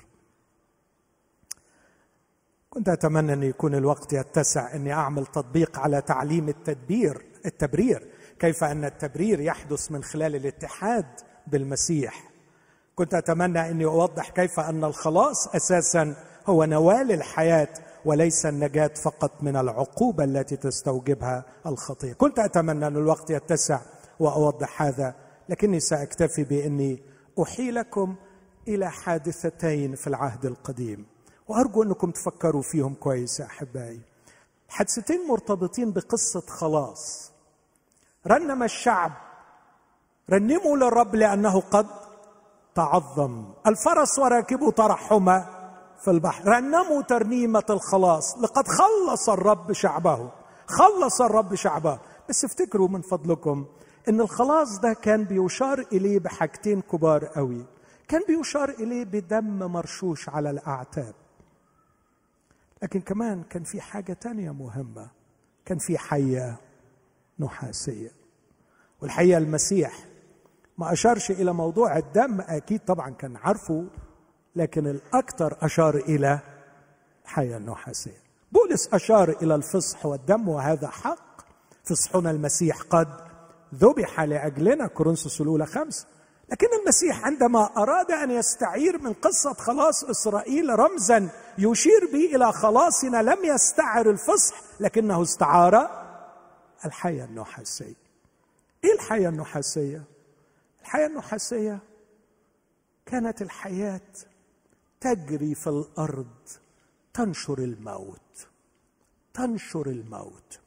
كنت أتمنى أن يكون الوقت يتسع أني أعمل تطبيق على تعليم التبرير، كيف أن التبرير يحدث من خلال الاتحاد بالمسيح. كنت أتمنى أني أوضح كيف أن الخلاص أساساً هو نوال الحياة وليس النجاة فقط من العقوبة التي تستوجبها الخطية. كنت أتمنى أن الوقت يتسع وأوضح هذا، لكني سأكتفي بأني أحيلكم إلى حادثتين في العهد القديم، وأرجو أنكم تفكروا فيهم كويس يا أحبائي. حادثتين مرتبطين بقصة خلاص. رنم الشعب، رنموا للرب لأنه قد تعظم، الفرس وراكبه ترحما في البحر. رنموا ترنيمة الخلاص، لقد خلص الرب شعبه، خلص الرب شعبه. بس افتكروا من فضلكم ان الخلاص ده كان بيشار اليه بحاجتين كبار قوي. كان بيشار اليه بدم مرشوش على الاعتاب، لكن كمان كان في حاجة تانية مهمة، كان في حية نحاسية. والحقيقة المسيح ما أشارش إلى موضوع الدم، أكيد طبعا كان عارفه، لكن الأكثر أشار إلى الحية النحاسية. بولس أشار إلى الفصح والدم، وهذا حق. فصحنا المسيح قد ذبح لأجلنا، كورنثوس الأولى 5. لكن المسيح عندما أراد أن يستعير من قصة خلاص إسرائيل رمزا يشير به إلى خلاصنا، لم يستعر الفصح لكنه استعار الحياة النحاسية. إيه الحياة النحاسية؟ الحياة النحاسية كانت الحياة تجري في الأرض تنشر الموت، تنشر الموت.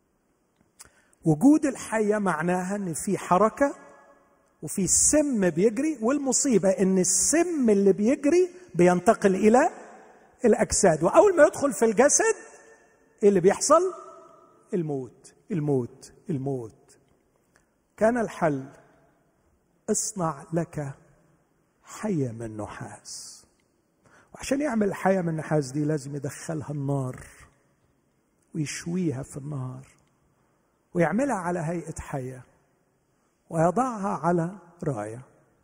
وجود الحياة معناها أن في حركة وفي سم بيجري، والمصيبة ان السم اللي بيجري بينتقل الى الاجساد، واول ما يدخل في الجسد ايه اللي بيحصل؟ الموت الموت الموت. كان الحل اصنع لك حية من نحاس. وعشان يعمل حية من النحاس دي لازم يدخلها النار ويشويها في النار ويعملها على هيئة حية ويضعها على راية.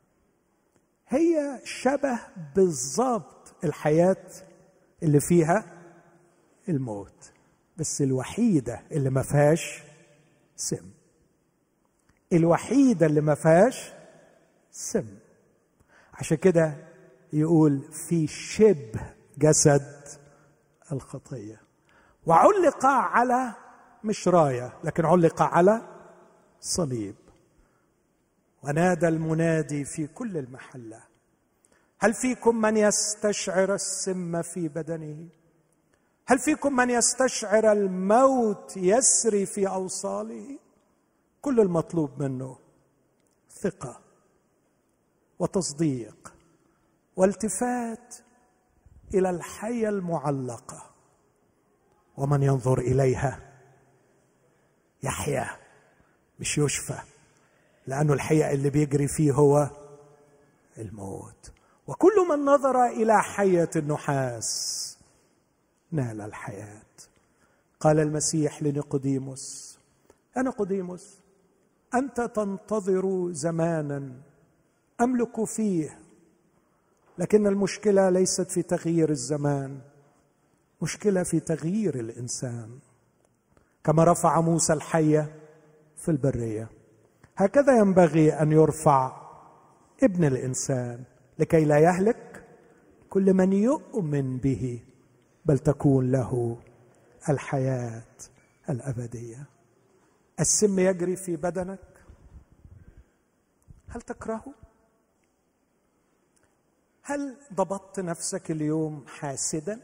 هي شبه بالضبط الحياة اللي فيها الموت، بس الوحيدة اللي ما فيهاش سم، الوحيدة اللي ما فيهاش سم. عشان كده يقول في شبه جسد الخطية، وعلق على مش راية لكن علق على صليب. ونادى المنادي في كل المحلة: هل فيكم من يستشعر السم في بدنه؟ هل فيكم من يستشعر الموت يسري في أوصاله؟ كل المطلوب منه ثقة وتصديق والتفات إلى الحية المعلقة، ومن ينظر إليها يحيا مش يشفى، لأنه الحياة اللي بيجري فيه هو الموت. وكل من نظر إلى حية النحاس نال الحياة. قال المسيح لنيقوديموس: يا نيقوديموس، أنت تنتظر زمانا أملك فيه، لكن المشكلة ليست في تغيير الزمان، مشكلة في تغيير الإنسان. كما رفع موسى الحية في البرية، هكذا ينبغي أن يرفع ابن الإنسان، لكي لا يهلك كل من يؤمن به، بل تكون له الحياة الأبدية. السم يجري في بدنك، هل تكرهه؟ هل ضبطت نفسك اليوم حاسدا؟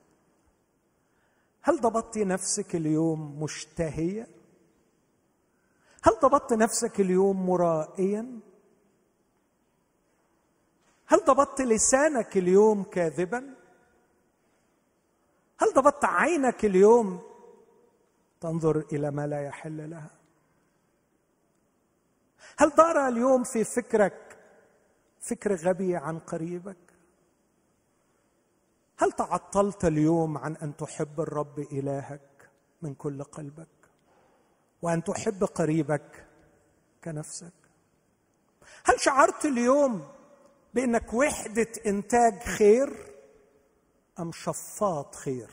هل ضبطت نفسك اليوم مشتهية؟ هل ضبطت نفسك اليوم مرائيا؟ هل ضبطت لسانك اليوم كاذبا؟ هل ضبطت عينك اليوم تنظر إلى ما لا يحل لها؟ هل دار اليوم في فكرك فكر غبي عن قريبك؟ هل تعطلت اليوم عن أن تحب الرب إلهك من كل قلبك وأن تحب قريبك كنفسك؟ هل شعرت اليوم بأنك وحدة إنتاج خير أم شفاط خير؟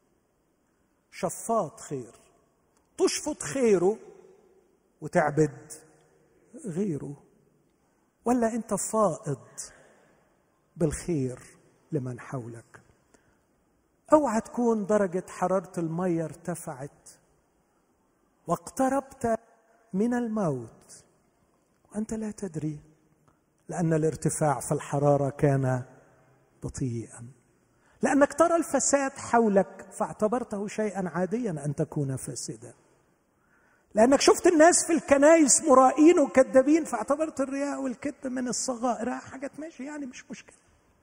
شفاط خير، تشفط خيره وتعبد غيره، ولا أنت فائض بالخير لمن حولك؟ اوعى تكون درجة حرارة المية ارتفعت واقتربت من الموت وأنت لا تدري، لأن الارتفاع في الحرارة كان بطيئا، لأنك ترى الفساد حولك فاعتبرته شيئا عاديا أن تكون فاسدا، لأنك شفت الناس في الكنائس مرائين وكذابين فاعتبرت الرياء والكذب من الصغائر حاجة ماشي يعني مش مشكلة.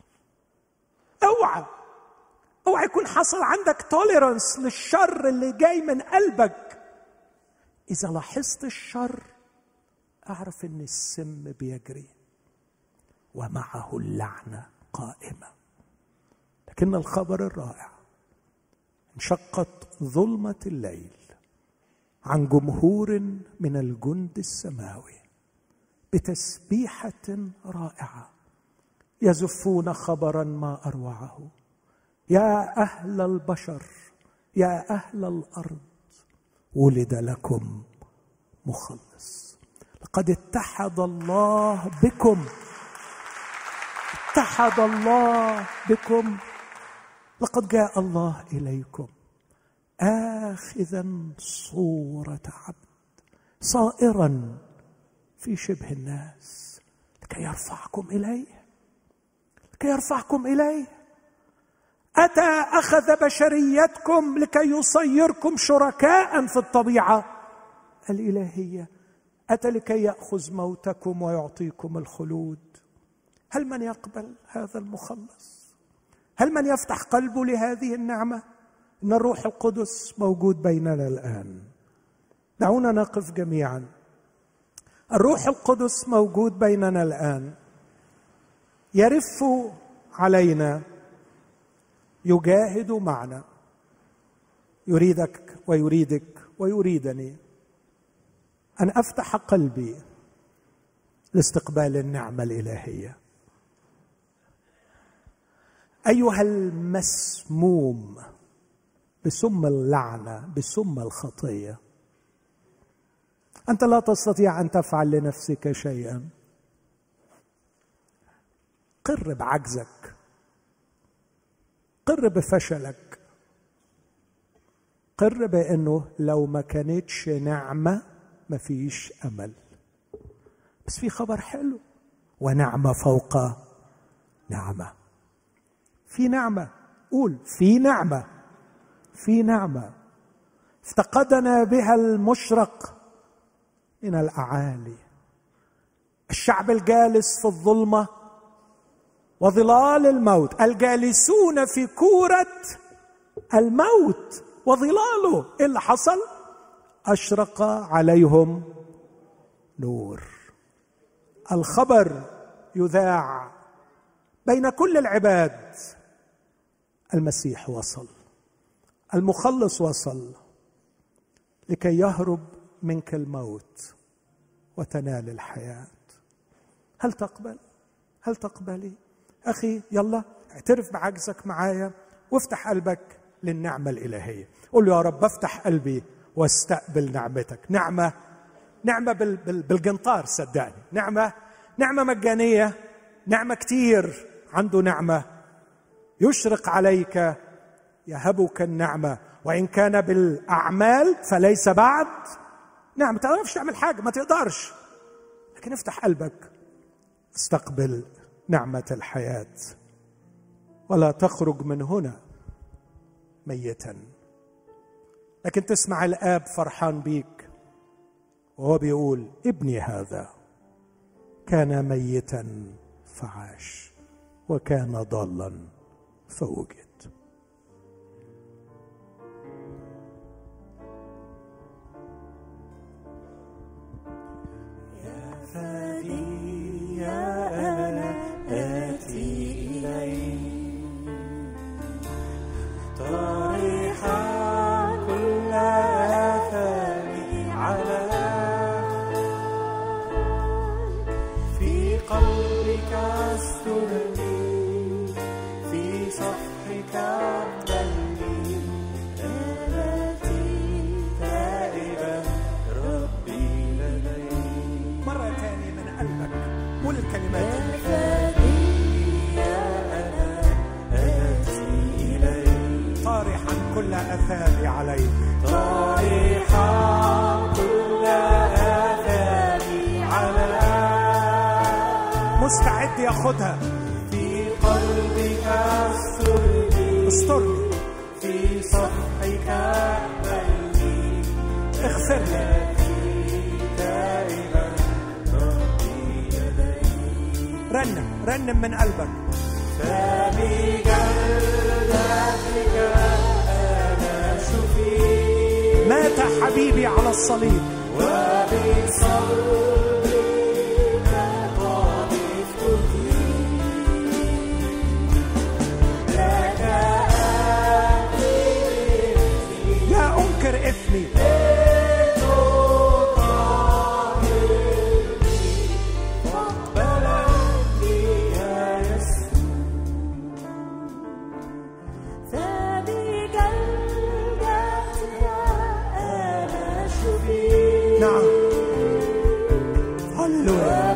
اوعى يكون حصل عندك توليرانس للشر اللي جاي من قلبك. إذا لاحظت الشر أعرف أن السم بيجري ومعه اللعنة قائمة. لكن الخبر الرائع، انشقت ظلمة الليل عن جمهور من الجند السماوي بتسبيحة رائعة يزفون خبرا ما أروعه: يا أهل البشر، يا أهل الأرض، ولد لكم مخلص. لقد اتحد الله بكم، اتحد الله بكم. لقد جاء الله إليكم آخذا صورة عبد صائرا في شبه الناس لكي يرفعكم إليه، لكي يرفعكم إليه. أتى أخذ بشريتكم لكي يصيركم شركاء في الطبيعة الإلهية. أتى لكي يأخذ موتكم ويعطيكم الخلود. هل من يقبل هذا المخلص؟ هل من يفتح قلبه لهذه النعمة؟ إن الروح القدس موجود بيننا الآن. دعونا نقف جميعا. الروح القدس موجود بيننا الآن، يرف علينا، يجاهد معنا، يريدك ويريدك ويريدني أن أفتح قلبي لاستقبال النعمة الإلهية. أيها المسموم بسم اللعنة، بسم الخطية، أنت لا تستطيع أن تفعل لنفسك شيئا. قر بعجزك، قر بفشلك، قر بأنه لو ما كانتش نعمة ما فيش أمل. بس في خبر حلو، ونعمة فوق نعمة. في نعمة، قول في نعمة، في نعمة افتقدنا بها المشرق من الأعالي. الشعب الجالس في الظلمة وظلال الموت، الجالسون في كورة الموت وظلاله، إيه اللي حصل؟ أشرق عليهم نور. الخبر يذاع بين كل العباد، المسيح وصل، المخلص وصل لكي يهرب منك الموت وتنال الحياة. هل تقبل؟ هل تقبلي؟ أخي يلا اعترف بعجزك معايا وافتح قلبك للنعمة الإلهية. قل له: يا رب افتح قلبي واستقبل نعمتك. نعمة بالجنطار، صدقني، نعمة مجانية، نعمة كتير. عنده نعمة يشرق عليك يهبك النعمة، وإن كان بالأعمال فليس بعد نعم. ما تعرفش تعمل حاجة، ما تقدرش، لكن افتح قلبك، استقبل نعمة الحياة، ولا تخرج من هنا ميتا. لكن تسمع الآب فرحان بيك وهو بيقول: ابني هذا كان ميتا فعاش، وكان ضالا فوجد. يا فادي يا أنا آتي إليك، طارحا كل آثامي عليك، في قلبك استرني، في صفحك اقبلني، آتي تائبا ربي لديك. مرة تانية من قلبك قول الكلمات يا فادي يا أنا آتي إليك، طارحا كل آثامي عليك، طارحا كل آثامي عليك، مستعد ياخدها. في قلبك استرني، في صفحك اقبلني، اغفر لي، تائبا ربي لديك. رنم من قلبك. فبجلدتك أنا شفيت، مات حبيبي على الصليب، وبصلبك قد افتديت، لك آتي لا أنكر إثمي، نعم. هللويا.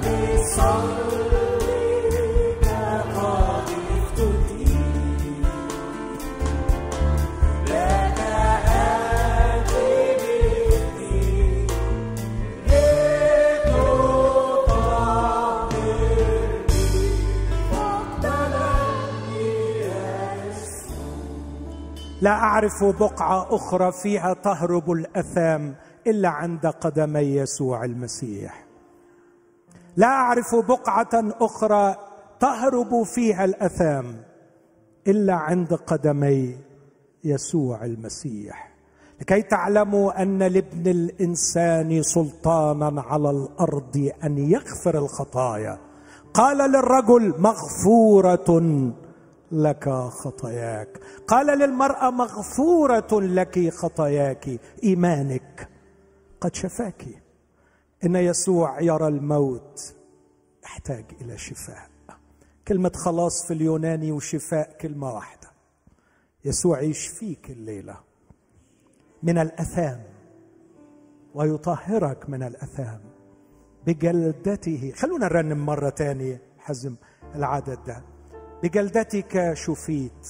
لا أعرف بقعة أخرى فيها تهرب الأثام إلا عند قدمي يسوع المسيح. لا أعرف بقعة أخرى تهرب فيها الأثام إلا عند قدمي يسوع المسيح، لكي تعلموا أن لابن الإنسان سلطانا على الأرض أن يغفر الخطايا. قال للرجل: مغفورة لك خطاياك. قال للمرأة: مغفورة لك خطاياك، إيمانك قد شفاك. إن يسوع يرى الموت يحتاج إلى شفاء. كلمة خلاص في اليوناني وشفاء كلمة واحدة. يسوع يشفيك الليلة من الأثام ويطهرك من الأثام بجلدته. خلونا نرنم مرة تانية حزم العدد ده. بجلدتك شفيت،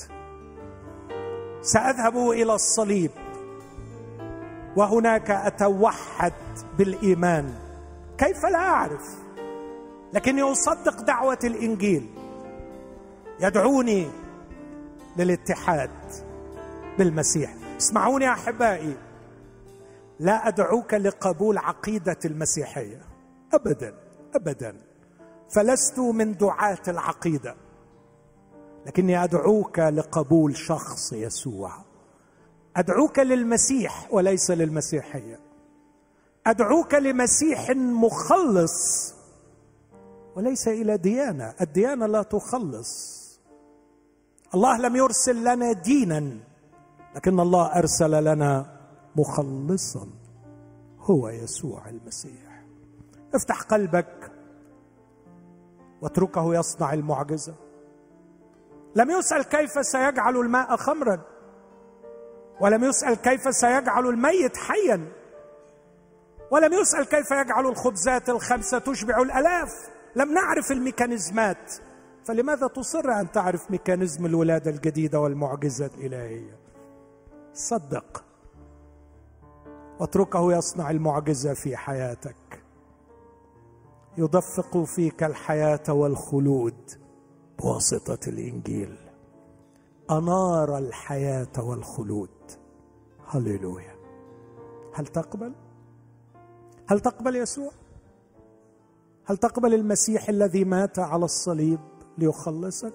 سأذهب إلى الصليب وهناك أتوحد بالإيمان. كيف لا أعرف، لكني أصدق دعوة الإنجيل يدعوني للاتحاد بالمسيح. اسمعوني يا أحبائي، لا أدعوك لقبول عقيدة المسيحية أبدا أبدا، فلست من دعاة العقيدة، لكني أدعوك لقبول شخص يسوع. أدعوك للمسيح وليس للمسيحية. أدعوك لمسيح مخلص وليس إلى ديانة. الديانة لا تخلص. الله لم يرسل لنا دينا، لكن الله أرسل لنا مخلصا، هو يسوع المسيح. افتح قلبك واتركه يصنع المعجزة. لم يسأل كيف سيجعل الماء خمرا، ولم يسأل كيف سيجعل الميت حيا، ولم يسأل كيف يجعل الخبزات الخمسة تشبع الآلاف. لم نعرف الميكانيزمات، فلماذا تصر أن تعرف ميكانيزم الولادة الجديدة والمعجزة الإلهية؟ صدق واتركه يصنع المعجزة في حياتك. يدفق فيك الحياة والخلود بواسطة الإنجيل. أنار الحياة والخلود. هللويا. هل تقبل؟ هل تقبل يسوع؟ هل تقبل المسيح الذي مات على الصليب ليخلصك؟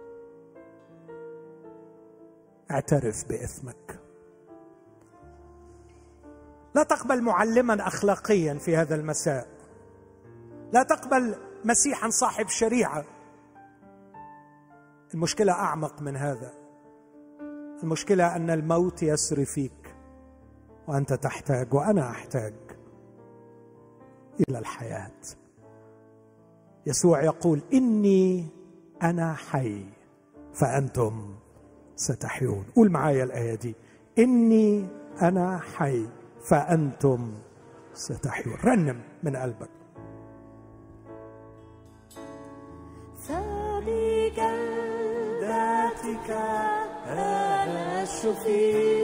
اعترف بإثمك. لا تقبل معلما أخلاقيا في هذا المساء. لا تقبل مسيحا صاحب شريعة. المشكلة أعمق من هذا. المشكلة أن الموت يسري فيك وأنت تحتاج وأنا أحتاج إلى الحياة. يسوع يقول إني أنا حي فأنتم ستحيون. قول معايا الآية دي، إني أنا حي فأنتم ستحيون. رنم من قلبك. فبجلدتك أنا شفيت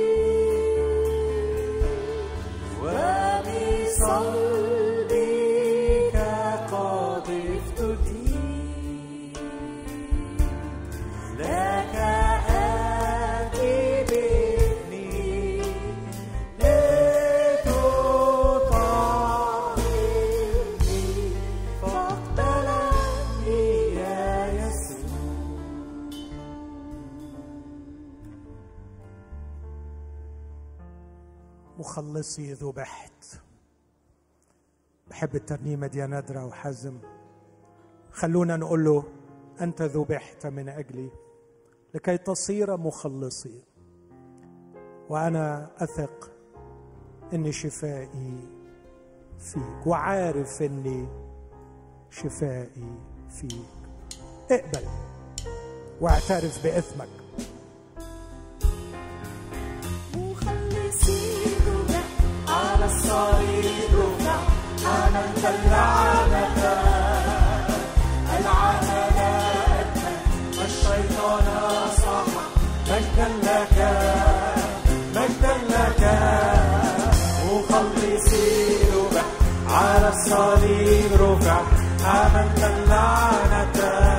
وبصلبك قد افتديت. لك آتي بإذني لتطهرني فاقبلني يا يسوع. مخلصي ذبحت. بحب الترنيمة دي يا نادرة وحزم. خلونا نقول له أنت ذبحت من أجلي لكي تصير مخلصي، وأنا أثق إن شفائي فيك وعارف إني شفائي فيك. اقبل واعترف بإثمك. على الصليب رفع عملت اللعنة العمل أكمل والشيطان صح. مجدا لك مجدا لك مخلصي رفع على الصليب رفع عملت اللعنة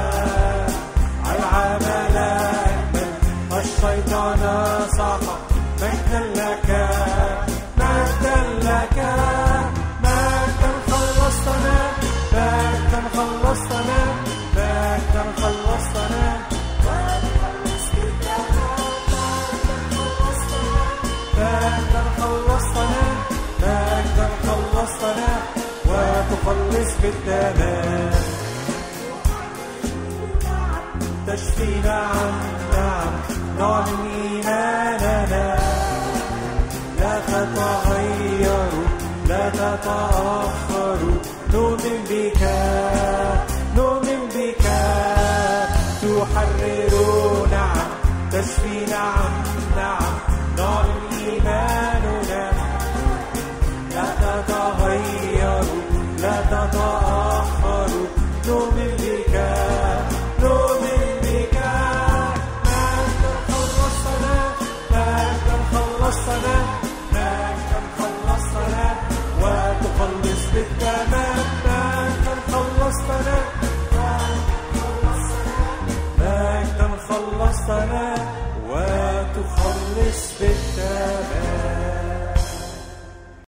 العمل أكمل والشيطان صح. مجدا لك مجدا لك مجدا خلصتنا مجدا خلصتنا مجدا خلصتنا مجدا خلصتنا مجدا خلصتنا وتخلص بالدم. تشفينا عن نعم نعلن إيماننا. لا تتغيروا لا تتأخروا نؤمن بك نؤمن بك. تحرر نعم تشفي نعم نعم نعلن إيماننا. لا تتغيروا لا تتأخروا نؤمن بك نؤمن بك. مجدا خلصتنا مجدا خلصتنا مجدا خلصتنا وتخلص بالتمام. مجدا خلصتنا مجدا خلصتنا وتخلص بالتمام.